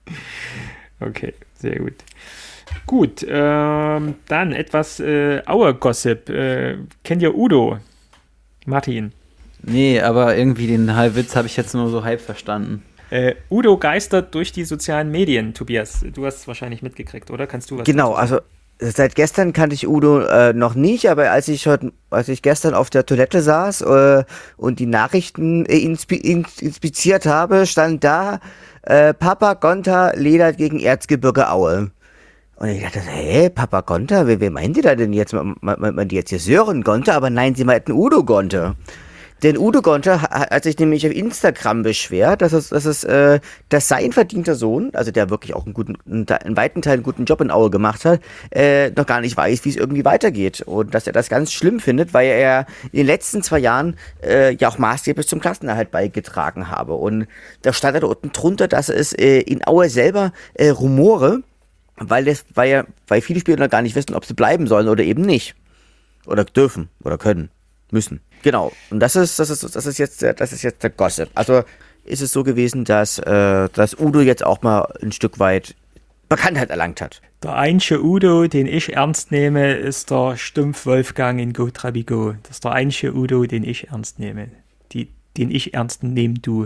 Okay, sehr gut. Gut, ähm, dann etwas äh, Aue-Gossip. Äh, kennt ihr Udo? Martin? Nee, aber irgendwie den Halbwitz habe ich jetzt nur so halb verstanden. Äh, Udo geistert durch die sozialen Medien, Tobias. Du hast es wahrscheinlich mitgekriegt, oder? Kannst du was Genau, also seit gestern kannte ich Udo äh, noch nicht, aber als ich heute, als ich gestern auf der Toilette saß äh, und die Nachrichten äh, inspi- ins- inspiziert habe, stand da äh, Papa Gonta ledert gegen Erzgebirge Aue. Und ich dachte, hä, Papa Gonta, wer, wer meint ihr da denn jetzt? Meint man die jetzt hier Sören Gonta? Aber nein, sie meinten Udo Gonta. Denn Udo Gonter hat sich nämlich auf Instagram beschwert, dass es, dass es, äh, dass sein verdienter Sohn, also der wirklich auch einen guten, in weiten Teilen einen guten Job in Aue gemacht hat, äh, noch gar nicht weiß, wie es irgendwie weitergeht. Und dass er das ganz schlimm findet, weil er in den letzten zwei Jahren äh, ja auch maßgeblich zum Klassenerhalt beigetragen habe. Und da stand da unten drunter, dass es äh, in Aue selber äh, Rumore, weil es, weil ja, weil viele Spieler noch gar nicht wissen, ob sie bleiben sollen oder eben nicht. Oder dürfen oder können. Müssen. Genau. Und das ist, das ist, das ist jetzt, das ist jetzt der Gossip. Also ist es so gewesen, dass, äh, dass Udo jetzt auch mal ein Stück weit Bekanntheit erlangt hat. Der einzige Udo, den ich ernst nehme, ist der Stumpf Wolfgang in Go Trabigo. Das ist der einzige Udo, den ich ernst nehme. Die, den ich ernst nehme, du.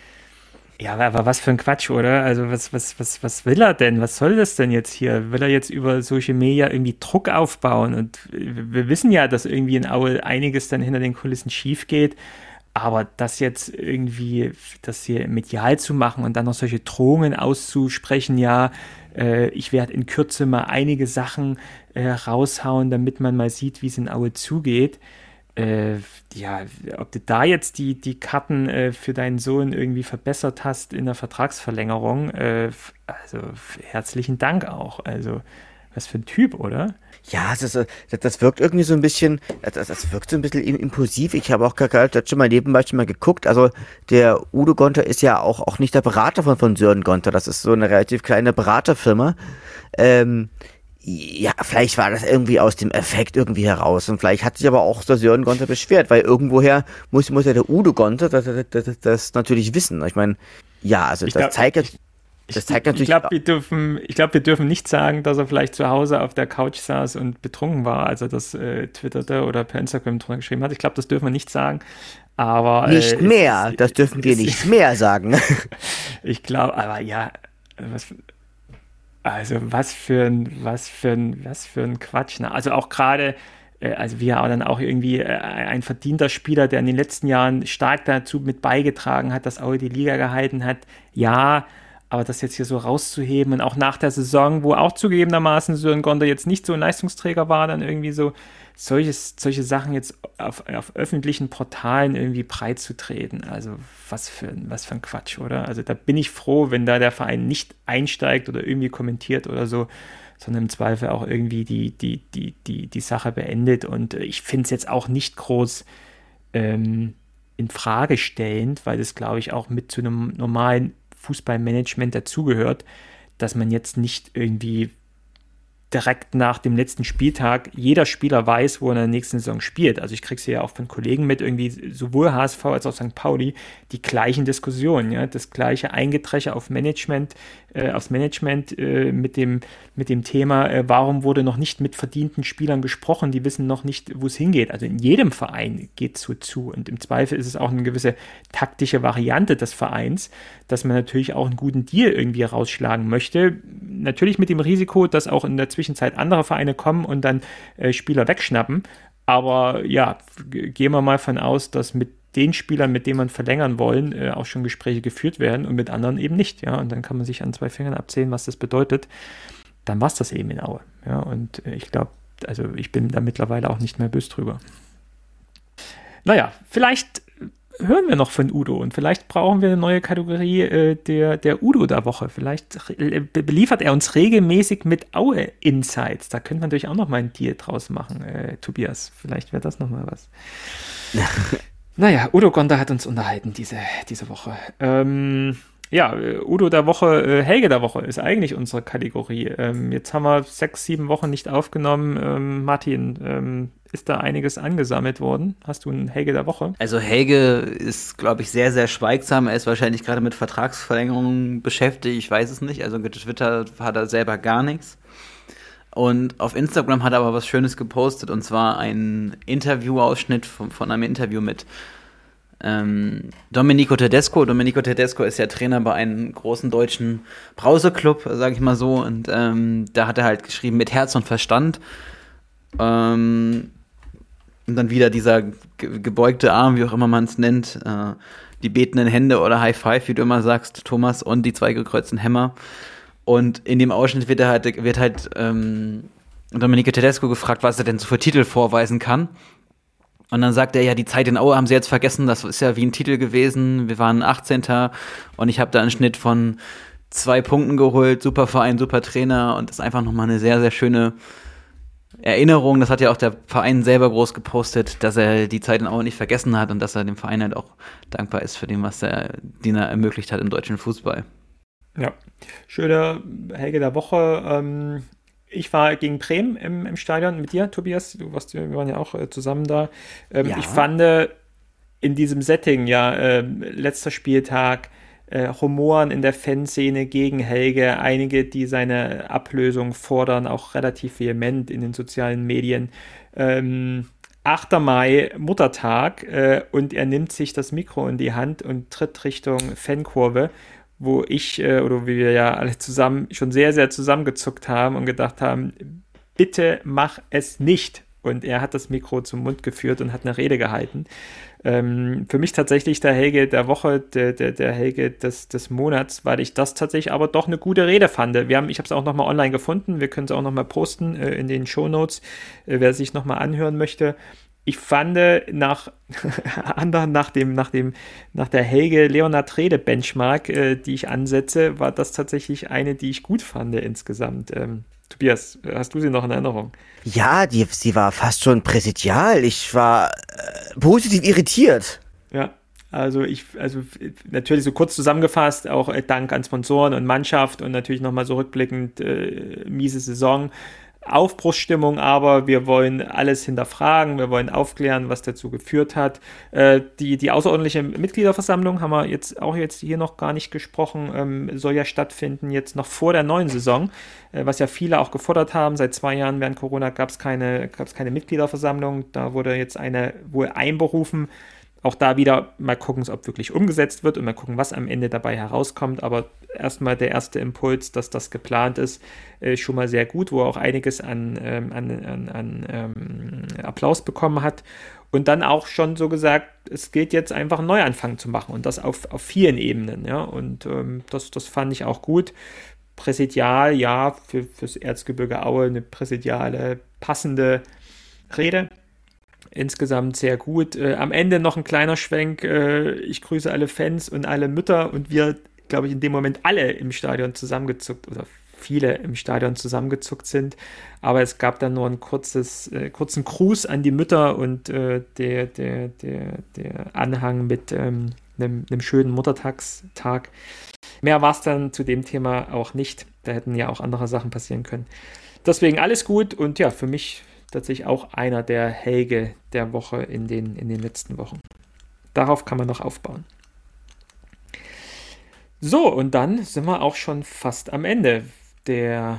Ja, aber was für ein Quatsch, oder? Also was, was, was, was will er denn? Was soll das denn jetzt hier? Will er jetzt über Social Media irgendwie Druck aufbauen? Und wir wissen ja, dass irgendwie in Aue einiges dann hinter den Kulissen schief geht. Aber das jetzt irgendwie, das hier medial zu machen und dann noch solche Drohungen auszusprechen, ja, äh, ich werde in Kürze mal einige Sachen äh, raushauen, damit man mal sieht, wie es in Aue zugeht. Äh, ja, ob du da jetzt die, die Karten äh, für deinen Sohn irgendwie verbessert hast in der Vertragsverlängerung, äh, also herzlichen Dank auch. Also, was für ein Typ, oder? Ja, das, das, das wirkt irgendwie so ein bisschen, das, das wirkt so ein bisschen impulsiv. Ich habe auch gerade schon mal nebenbei schon mal geguckt. Also der Udo Gonter ist ja auch, auch nicht der Berater von, von Sören Gonter. Das ist so eine relativ kleine Beraterfirma. Ähm, ja, vielleicht war das irgendwie aus dem Effekt irgendwie heraus. Und vielleicht hat sich aber auch der Sören Gonter beschwert, weil irgendwoher muss, muss ja der Udo Gonter das, das, das, das natürlich wissen. Ich meine, ja, also ich das glaub, zeigt jetzt. Das zeigt natürlich. Ich glaube, wir dürfen, ich glaube, wir dürfen nicht sagen, dass er vielleicht zu Hause auf der Couch saß und betrunken war, als er das äh, twitterte oder per Instagram drunter geschrieben hat. Ich glaube, das dürfen wir nicht sagen. Aber nicht äh, mehr. Ist, das dürfen ist, wir nicht ist, mehr sagen. Ich glaube, aber ja, was, also was für ein, was für ein, was für ein Quatsch. Ne? Also auch gerade. Also wie er dann auch irgendwie ein verdienter Spieler, der in den letzten Jahren stark dazu mit beigetragen hat, dass Aue die Liga gehalten hat. Ja, aber das jetzt hier so rauszuheben und auch nach der Saison, wo auch zugegebenermaßen Sören Gonter jetzt nicht so ein Leistungsträger war, dann irgendwie so solches, solche Sachen jetzt auf, auf öffentlichen Portalen irgendwie breit zu treten. Also was für, was für ein Quatsch, oder? Also da bin ich froh, wenn da der Verein nicht einsteigt oder irgendwie kommentiert oder so, sondern im Zweifel auch irgendwie die, die, die, die, die Sache beendet. Und ich finde es jetzt auch nicht groß ähm, in Frage stellend, weil das, glaube ich, auch mit zu einem normalen Fußballmanagement dazugehört, dass man jetzt nicht irgendwie direkt nach dem letzten Spieltag jeder Spieler weiß, wo er in der nächsten Saison spielt. Also ich kriege es ja auch von Kollegen mit, irgendwie sowohl H S V als auch Sankt Pauli, die gleichen Diskussionen, ja, das gleiche Eingedresche auf Management, äh, aufs Management äh, mit dem, mit dem Thema, äh, warum wurde noch nicht mit verdienten Spielern gesprochen, die wissen noch nicht, wo es hingeht. Also in jedem Verein geht es so zu und im Zweifel ist es auch eine gewisse taktische Variante des Vereins, dass man natürlich auch einen guten Deal irgendwie rausschlagen möchte. Natürlich mit dem Risiko, dass auch in der Zwischenzeit andere Vereine kommen und dann äh, Spieler wegschnappen. Aber ja, g- gehen wir mal von aus, dass mit den Spielern, mit denen man verlängern wollen, äh, auch schon Gespräche geführt werden und mit anderen eben nicht. Ja, und dann kann man sich an zwei Fingern abzählen, was das bedeutet. Dann war es das eben in Aue. Ja, und äh, ich glaube, also ich bin da mittlerweile auch nicht mehr böse drüber. Naja, vielleicht hören wir noch von Udo und vielleicht brauchen wir eine neue Kategorie äh, der, der Udo der Woche. Vielleicht äh, beliefert er uns regelmäßig mit Aue-Insights. Da könnte man natürlich auch noch mal ein Deal draus machen, äh, Tobias. Vielleicht wäre das noch mal was. Naja, Udo Gonter hat uns unterhalten diese, diese Woche. Ähm, ja, Udo der Woche, äh, Helge der Woche ist eigentlich unsere Kategorie. Ähm, jetzt haben wir sechs, sieben Wochen nicht aufgenommen. Ähm, Martin, ähm, ist da einiges angesammelt worden? Hast du einen Helge der Woche? Also Helge ist, glaube ich, sehr, sehr schweigsam. Er ist wahrscheinlich gerade mit Vertragsverlängerungen beschäftigt. Ich weiß es nicht. Also getwittert hat er selber gar nichts. Und auf Instagram hat er aber was Schönes gepostet. Und zwar ein Interviewausschnitt von, von einem Interview mit ähm, Domenico Tedesco. Domenico Tedesco ist ja Trainer bei einem großen deutschen Brauseclub, sage ich mal so. Und ähm, da hat er halt geschrieben, mit Herz und Verstand. Ähm, Und dann wieder dieser ge- gebeugte Arm, wie auch immer man es nennt, äh, die betenden Hände oder High Five, wie du immer sagst, Thomas, und die zwei gekreuzten Hämmer. Und in dem Ausschnitt wird, er halt, wird halt ähm, Domenico Tedesco gefragt, was er denn so für Titel vorweisen kann. Und dann sagt er, ja, die Zeit in Aue haben sie jetzt vergessen, das ist ja wie ein Titel gewesen, wir waren achtzehnter und ich habe da einen Schnitt von zwei Punkten geholt, super Verein, super Trainer und das ist einfach nochmal eine sehr, sehr schöne Erinnerung. Das hat ja auch der Verein selber groß gepostet, dass er die Zeit in Aue nicht vergessen hat und dass er dem Verein halt auch dankbar ist für den, was er, den er ermöglicht hat im deutschen Fußball. Ja, schöne Helge der Woche. Ähm Ich war gegen Bremen im, im Stadion mit dir, Tobias. Du warst, wir waren ja auch äh, zusammen da. Ähm, ja. Ich fand äh, in diesem Setting, ja, äh, letzter Spieltag, äh, Rumoren in der Fanszene gegen Helge, einige, die seine Ablösung fordern, auch relativ vehement in den sozialen Medien. Ähm, achter Mai, Muttertag, äh, und er nimmt sich das Mikro in die Hand und tritt Richtung Fankurve, wo ich äh, oder wie wir ja alle zusammen schon sehr, sehr zusammengezuckt haben und gedacht haben, bitte mach es nicht. Und er hat das Mikro zum Mund geführt und hat eine Rede gehalten. Ähm, für mich tatsächlich der Helge der Woche, der, der, der Helge des, des Monats, weil ich das tatsächlich aber doch eine gute Rede fand. Wir haben, ich habe es auch nochmal online gefunden, wir können es auch nochmal posten äh, in den Shownotes, äh, wer sich nochmal anhören möchte. Ich fand nach anderen, nach dem, nach dem, nach der Helge Leonhard Rede Benchmark, äh, die ich ansetze, war das tatsächlich eine, die ich gut fand insgesamt. Ähm, Tobias, hast du sie noch in Erinnerung? Ja, die, sie war fast schon präsidial. Ich war äh, positiv irritiert. Ja, also ich, also natürlich so kurz zusammengefasst, auch äh, Dank an Sponsoren und Mannschaft und natürlich nochmal so rückblickend äh, miese Saison. Aufbruchsstimmung, aber wir wollen alles hinterfragen, wir wollen aufklären, was dazu geführt hat. Äh, die, die außerordentliche Mitgliederversammlung haben wir jetzt auch jetzt hier noch gar nicht gesprochen, ähm, soll ja stattfinden jetzt noch vor der neuen Saison, äh, was ja viele auch gefordert haben. Seit zwei Jahren während Corona gab es keine, gab's keine Mitgliederversammlung, da wurde jetzt eine wohl einberufen. Auch da wieder mal gucken, ob wirklich umgesetzt wird und mal gucken, was am Ende dabei herauskommt. Aber erstmal der erste Impuls, dass das geplant ist, äh, schon mal sehr gut, wo er auch einiges an, ähm, an, an, an ähm, Applaus bekommen hat. Und dann auch schon so gesagt, es gilt jetzt einfach einen Neuanfang zu machen und das auf, auf vielen Ebenen. Ja? Und ähm, das, das fand ich auch gut. Präsidial, ja, für, fürs Erzgebirge Aue eine präsidiale, passende Rede. Insgesamt sehr gut. Äh, am Ende noch ein kleiner Schwenk. Äh, ich grüße alle Fans und alle Mütter und wir, glaube ich, in dem Moment alle im Stadion zusammengezuckt oder viele im Stadion zusammengezuckt sind. Aber es gab dann nur einen kurzes, äh, kurzen Gruß an die Mütter und äh, der, der, der, der Anhang mit ähm, einem, einem schönen Muttertagstag. Mehr war es dann zu dem Thema auch nicht. Da hätten ja auch andere Sachen passieren können. Deswegen alles gut und ja, für mich tatsächlich auch einer der Helge der Woche in den, in den letzten Wochen. Darauf kann man noch aufbauen. So, und dann sind wir auch schon fast am Ende der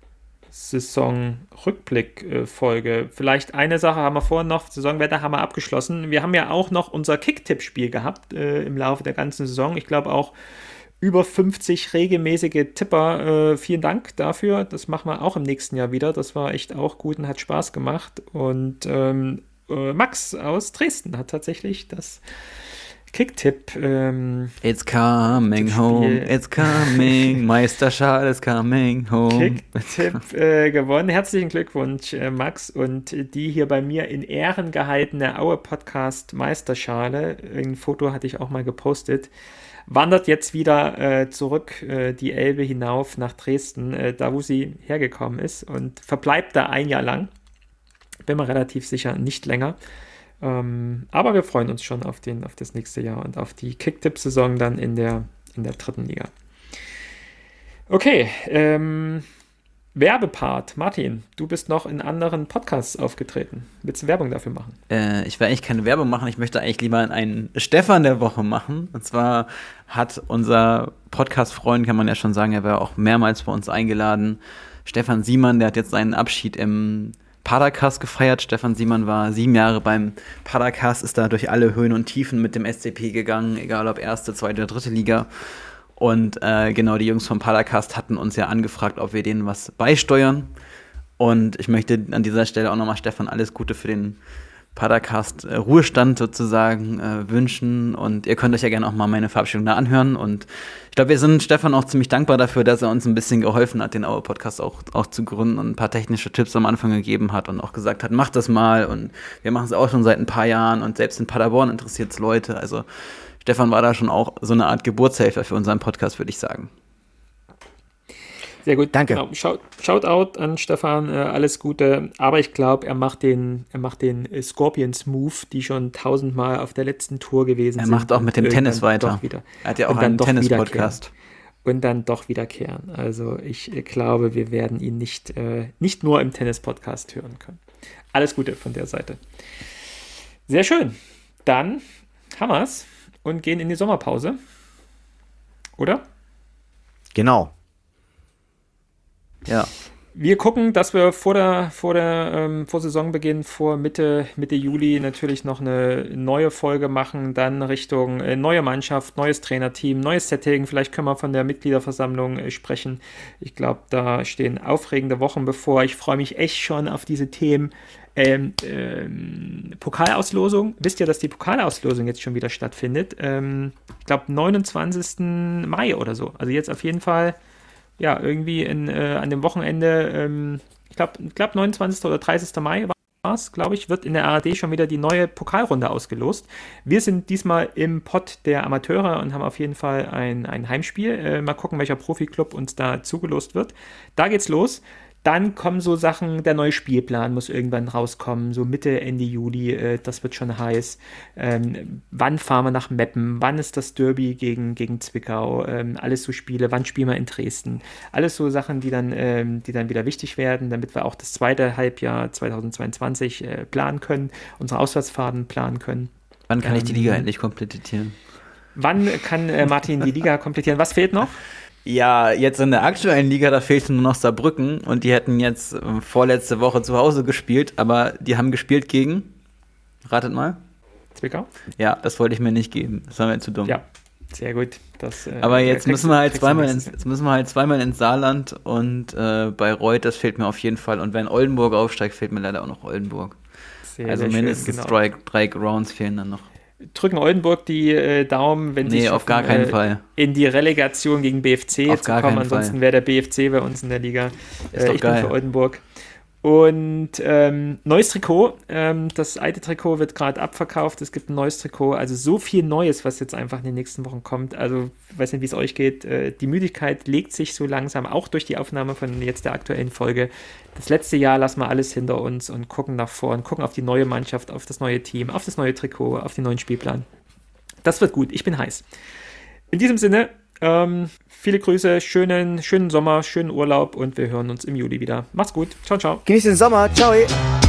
Saison-Rückblick-Folge. Vielleicht eine Sache haben wir vorhin noch, Saisonwetter haben wir abgeschlossen. Wir haben ja auch noch unser Kick-Tipp-Spiel gehabt äh, im Laufe der ganzen Saison. Ich glaube auch über fünfzig regelmäßige Tipper. Äh, vielen Dank dafür. Das machen wir auch im nächsten Jahr wieder. Das war echt auch gut und hat Spaß gemacht. Und ähm, äh, Max aus Dresden hat tatsächlich das Kicktipp. Ähm, it's coming home, it's coming, Meisterschale is coming home. Kicktipp äh, gewonnen. Herzlichen Glückwunsch, äh, Max. Und die hier bei mir in Ehren gehaltene Aue-Podcast Meisterschale, ein Foto hatte ich auch mal gepostet, wandert jetzt wieder äh, zurück äh, die Elbe hinauf nach Dresden, äh, da wo sie hergekommen ist und verbleibt da ein Jahr lang. Bin mir relativ sicher, nicht länger. Ähm, aber wir freuen uns schon auf, den, auf das nächste Jahr und auf die Kicktipp-Saison dann in der, in der dritten Liga. Okay, ähm, Werbepart. Martin, du bist noch in anderen Podcasts aufgetreten. Willst du Werbung dafür machen? Äh, ich will eigentlich keine Werbung machen. Ich möchte eigentlich lieber einen Stefan der Woche machen. Und zwar hat unser Podcast-Freund, kann man ja schon sagen, er war auch mehrmals bei uns eingeladen. Stefan Siemann, der hat jetzt seinen Abschied im Padercast gefeiert. Stefan Siemann war sieben Jahre beim Padercast, ist da durch alle Höhen und Tiefen mit dem S C P gegangen, egal ob erste, zweite oder dritte Liga. Und äh, genau, die Jungs vom Padercast hatten uns ja angefragt, ob wir denen was beisteuern. Und ich möchte an dieser Stelle auch nochmal Stefan alles Gute für den Padercast äh, Ruhestand sozusagen äh, wünschen. Und ihr könnt euch ja gerne auch mal meine Verabschiedung da anhören. Und ich glaube, wir sind Stefan auch ziemlich dankbar dafür, dass er uns ein bisschen geholfen hat, den Aue-Podcast auch, auch zu gründen und ein paar technische Tipps am Anfang gegeben hat und auch gesagt hat, macht das mal. Und wir machen es auch schon seit ein paar Jahren und selbst in Paderborn interessiert es Leute. Also Stefan war da schon auch so eine Art Geburtshelfer für unseren Podcast, würde ich sagen. Sehr gut. Danke. Genau. Shout, Shoutout an Stefan, äh, alles Gute. Aber ich glaube, er macht den, er macht den äh, Scorpions-Move, die schon tausendmal auf der letzten Tour gewesen er sind. Er macht auch mit dem Tennis weiter. Wieder, er hat ja auch einen Tennis-Podcast. Und dann doch wiederkehren. Also ich äh, glaube, wir werden ihn nicht, äh, nicht nur im Tennis-Podcast hören können. Alles Gute von der Seite. Sehr schön. Dann haben wir es und gehen in die Sommerpause. Oder? Genau. Ja. Wir gucken, dass wir vor der, vor der ähm, vor Saisonbeginn, vor Mitte, Mitte Juli natürlich noch eine neue Folge machen, dann Richtung äh, neue Mannschaft, neues Trainerteam, neues Setting. Vielleicht können wir von der Mitgliederversammlung äh, sprechen. Ich glaube, da stehen aufregende Wochen bevor. Ich freue mich echt schon auf diese Themen. Ähm, ähm, Pokalauslosung. Wisst ihr, dass die Pokalauslosung jetzt schon wieder stattfindet? Ähm, ich glaube, neunundzwanzigsten Mai oder so. Also jetzt auf jeden Fall ja, irgendwie in, äh, an dem Wochenende, ähm, ich glaube, ich glaub neunundzwanzigsten oder dreißigsten Mai war es, glaube ich, wird in der A R D schon wieder die neue Pokalrunde ausgelost. Wir sind diesmal im Pott der Amateure und haben auf jeden Fall ein, ein Heimspiel. Äh, mal gucken, welcher Profiklub uns da zugelost wird. Da geht's los. Dann kommen so Sachen, der neue Spielplan muss irgendwann rauskommen, so Mitte, Ende Juli, äh, das wird schon heiß. Ähm, wann fahren wir nach Meppen? Wann ist das Derby gegen, gegen Zwickau? Ähm, alles so Spiele, wann spielen wir in Dresden? Alles so Sachen, die dann, ähm, die dann wieder wichtig werden, damit wir auch das zweite Halbjahr zweitausendzweiundzwanzig äh, planen können, unsere Auswärtsfahrten planen können. Wann kann ähm, ich die Liga endlich komplettieren? Wann kann äh, Martin die Liga komplettieren? Was fehlt noch? Ja, jetzt in der aktuellen Liga, da fehlte nur noch Saarbrücken und die hätten jetzt äh, vorletzte Woche zu Hause gespielt, aber die haben gespielt gegen, ratet mal? Zwickau? Ja, das wollte ich mir nicht geben, das war mir zu dumm. Ja, sehr gut. Das, äh, aber jetzt müssen wir halt zweimal ins, ins, jetzt müssen wir halt zweimal ins Saarland und äh, bei Reut, das fehlt mir auf jeden Fall. Und wenn Oldenburg aufsteigt, fehlt mir leider auch noch Oldenburg. Sehr, also sehr mindestens schön, genau. drei, drei Rounds fehlen dann noch. Drücken Oldenburg die äh, Daumen, wenn sie nee, auf gar keinen äh, Fall. in die Relegation gegen B F C auf zu kommen. Ansonsten wäre der B F C bei uns in der Liga. Ist äh, doch ich geil. Bin für Oldenburg. Und ähm, neues Trikot. Ähm, das alte Trikot wird gerade abverkauft. Es gibt ein neues Trikot. Also so viel Neues, was jetzt einfach in den nächsten Wochen kommt. Also ich weiß nicht, wie es euch geht. Äh, die Müdigkeit legt sich so langsam, auch durch die Aufnahme von jetzt der aktuellen Folge. Das letzte Jahr lassen wir alles hinter uns und gucken nach vorn, gucken auf die neue Mannschaft, auf das neue Team, auf das neue Trikot, auf den neuen Spielplan. Das wird gut. Ich bin heiß. In diesem Sinne, ähm, viele Grüße, schönen, schönen Sommer, schönen Urlaub und wir hören uns im Juli wieder. Macht's gut. Ciao, ciao. Genießt den Sommer. Ciao.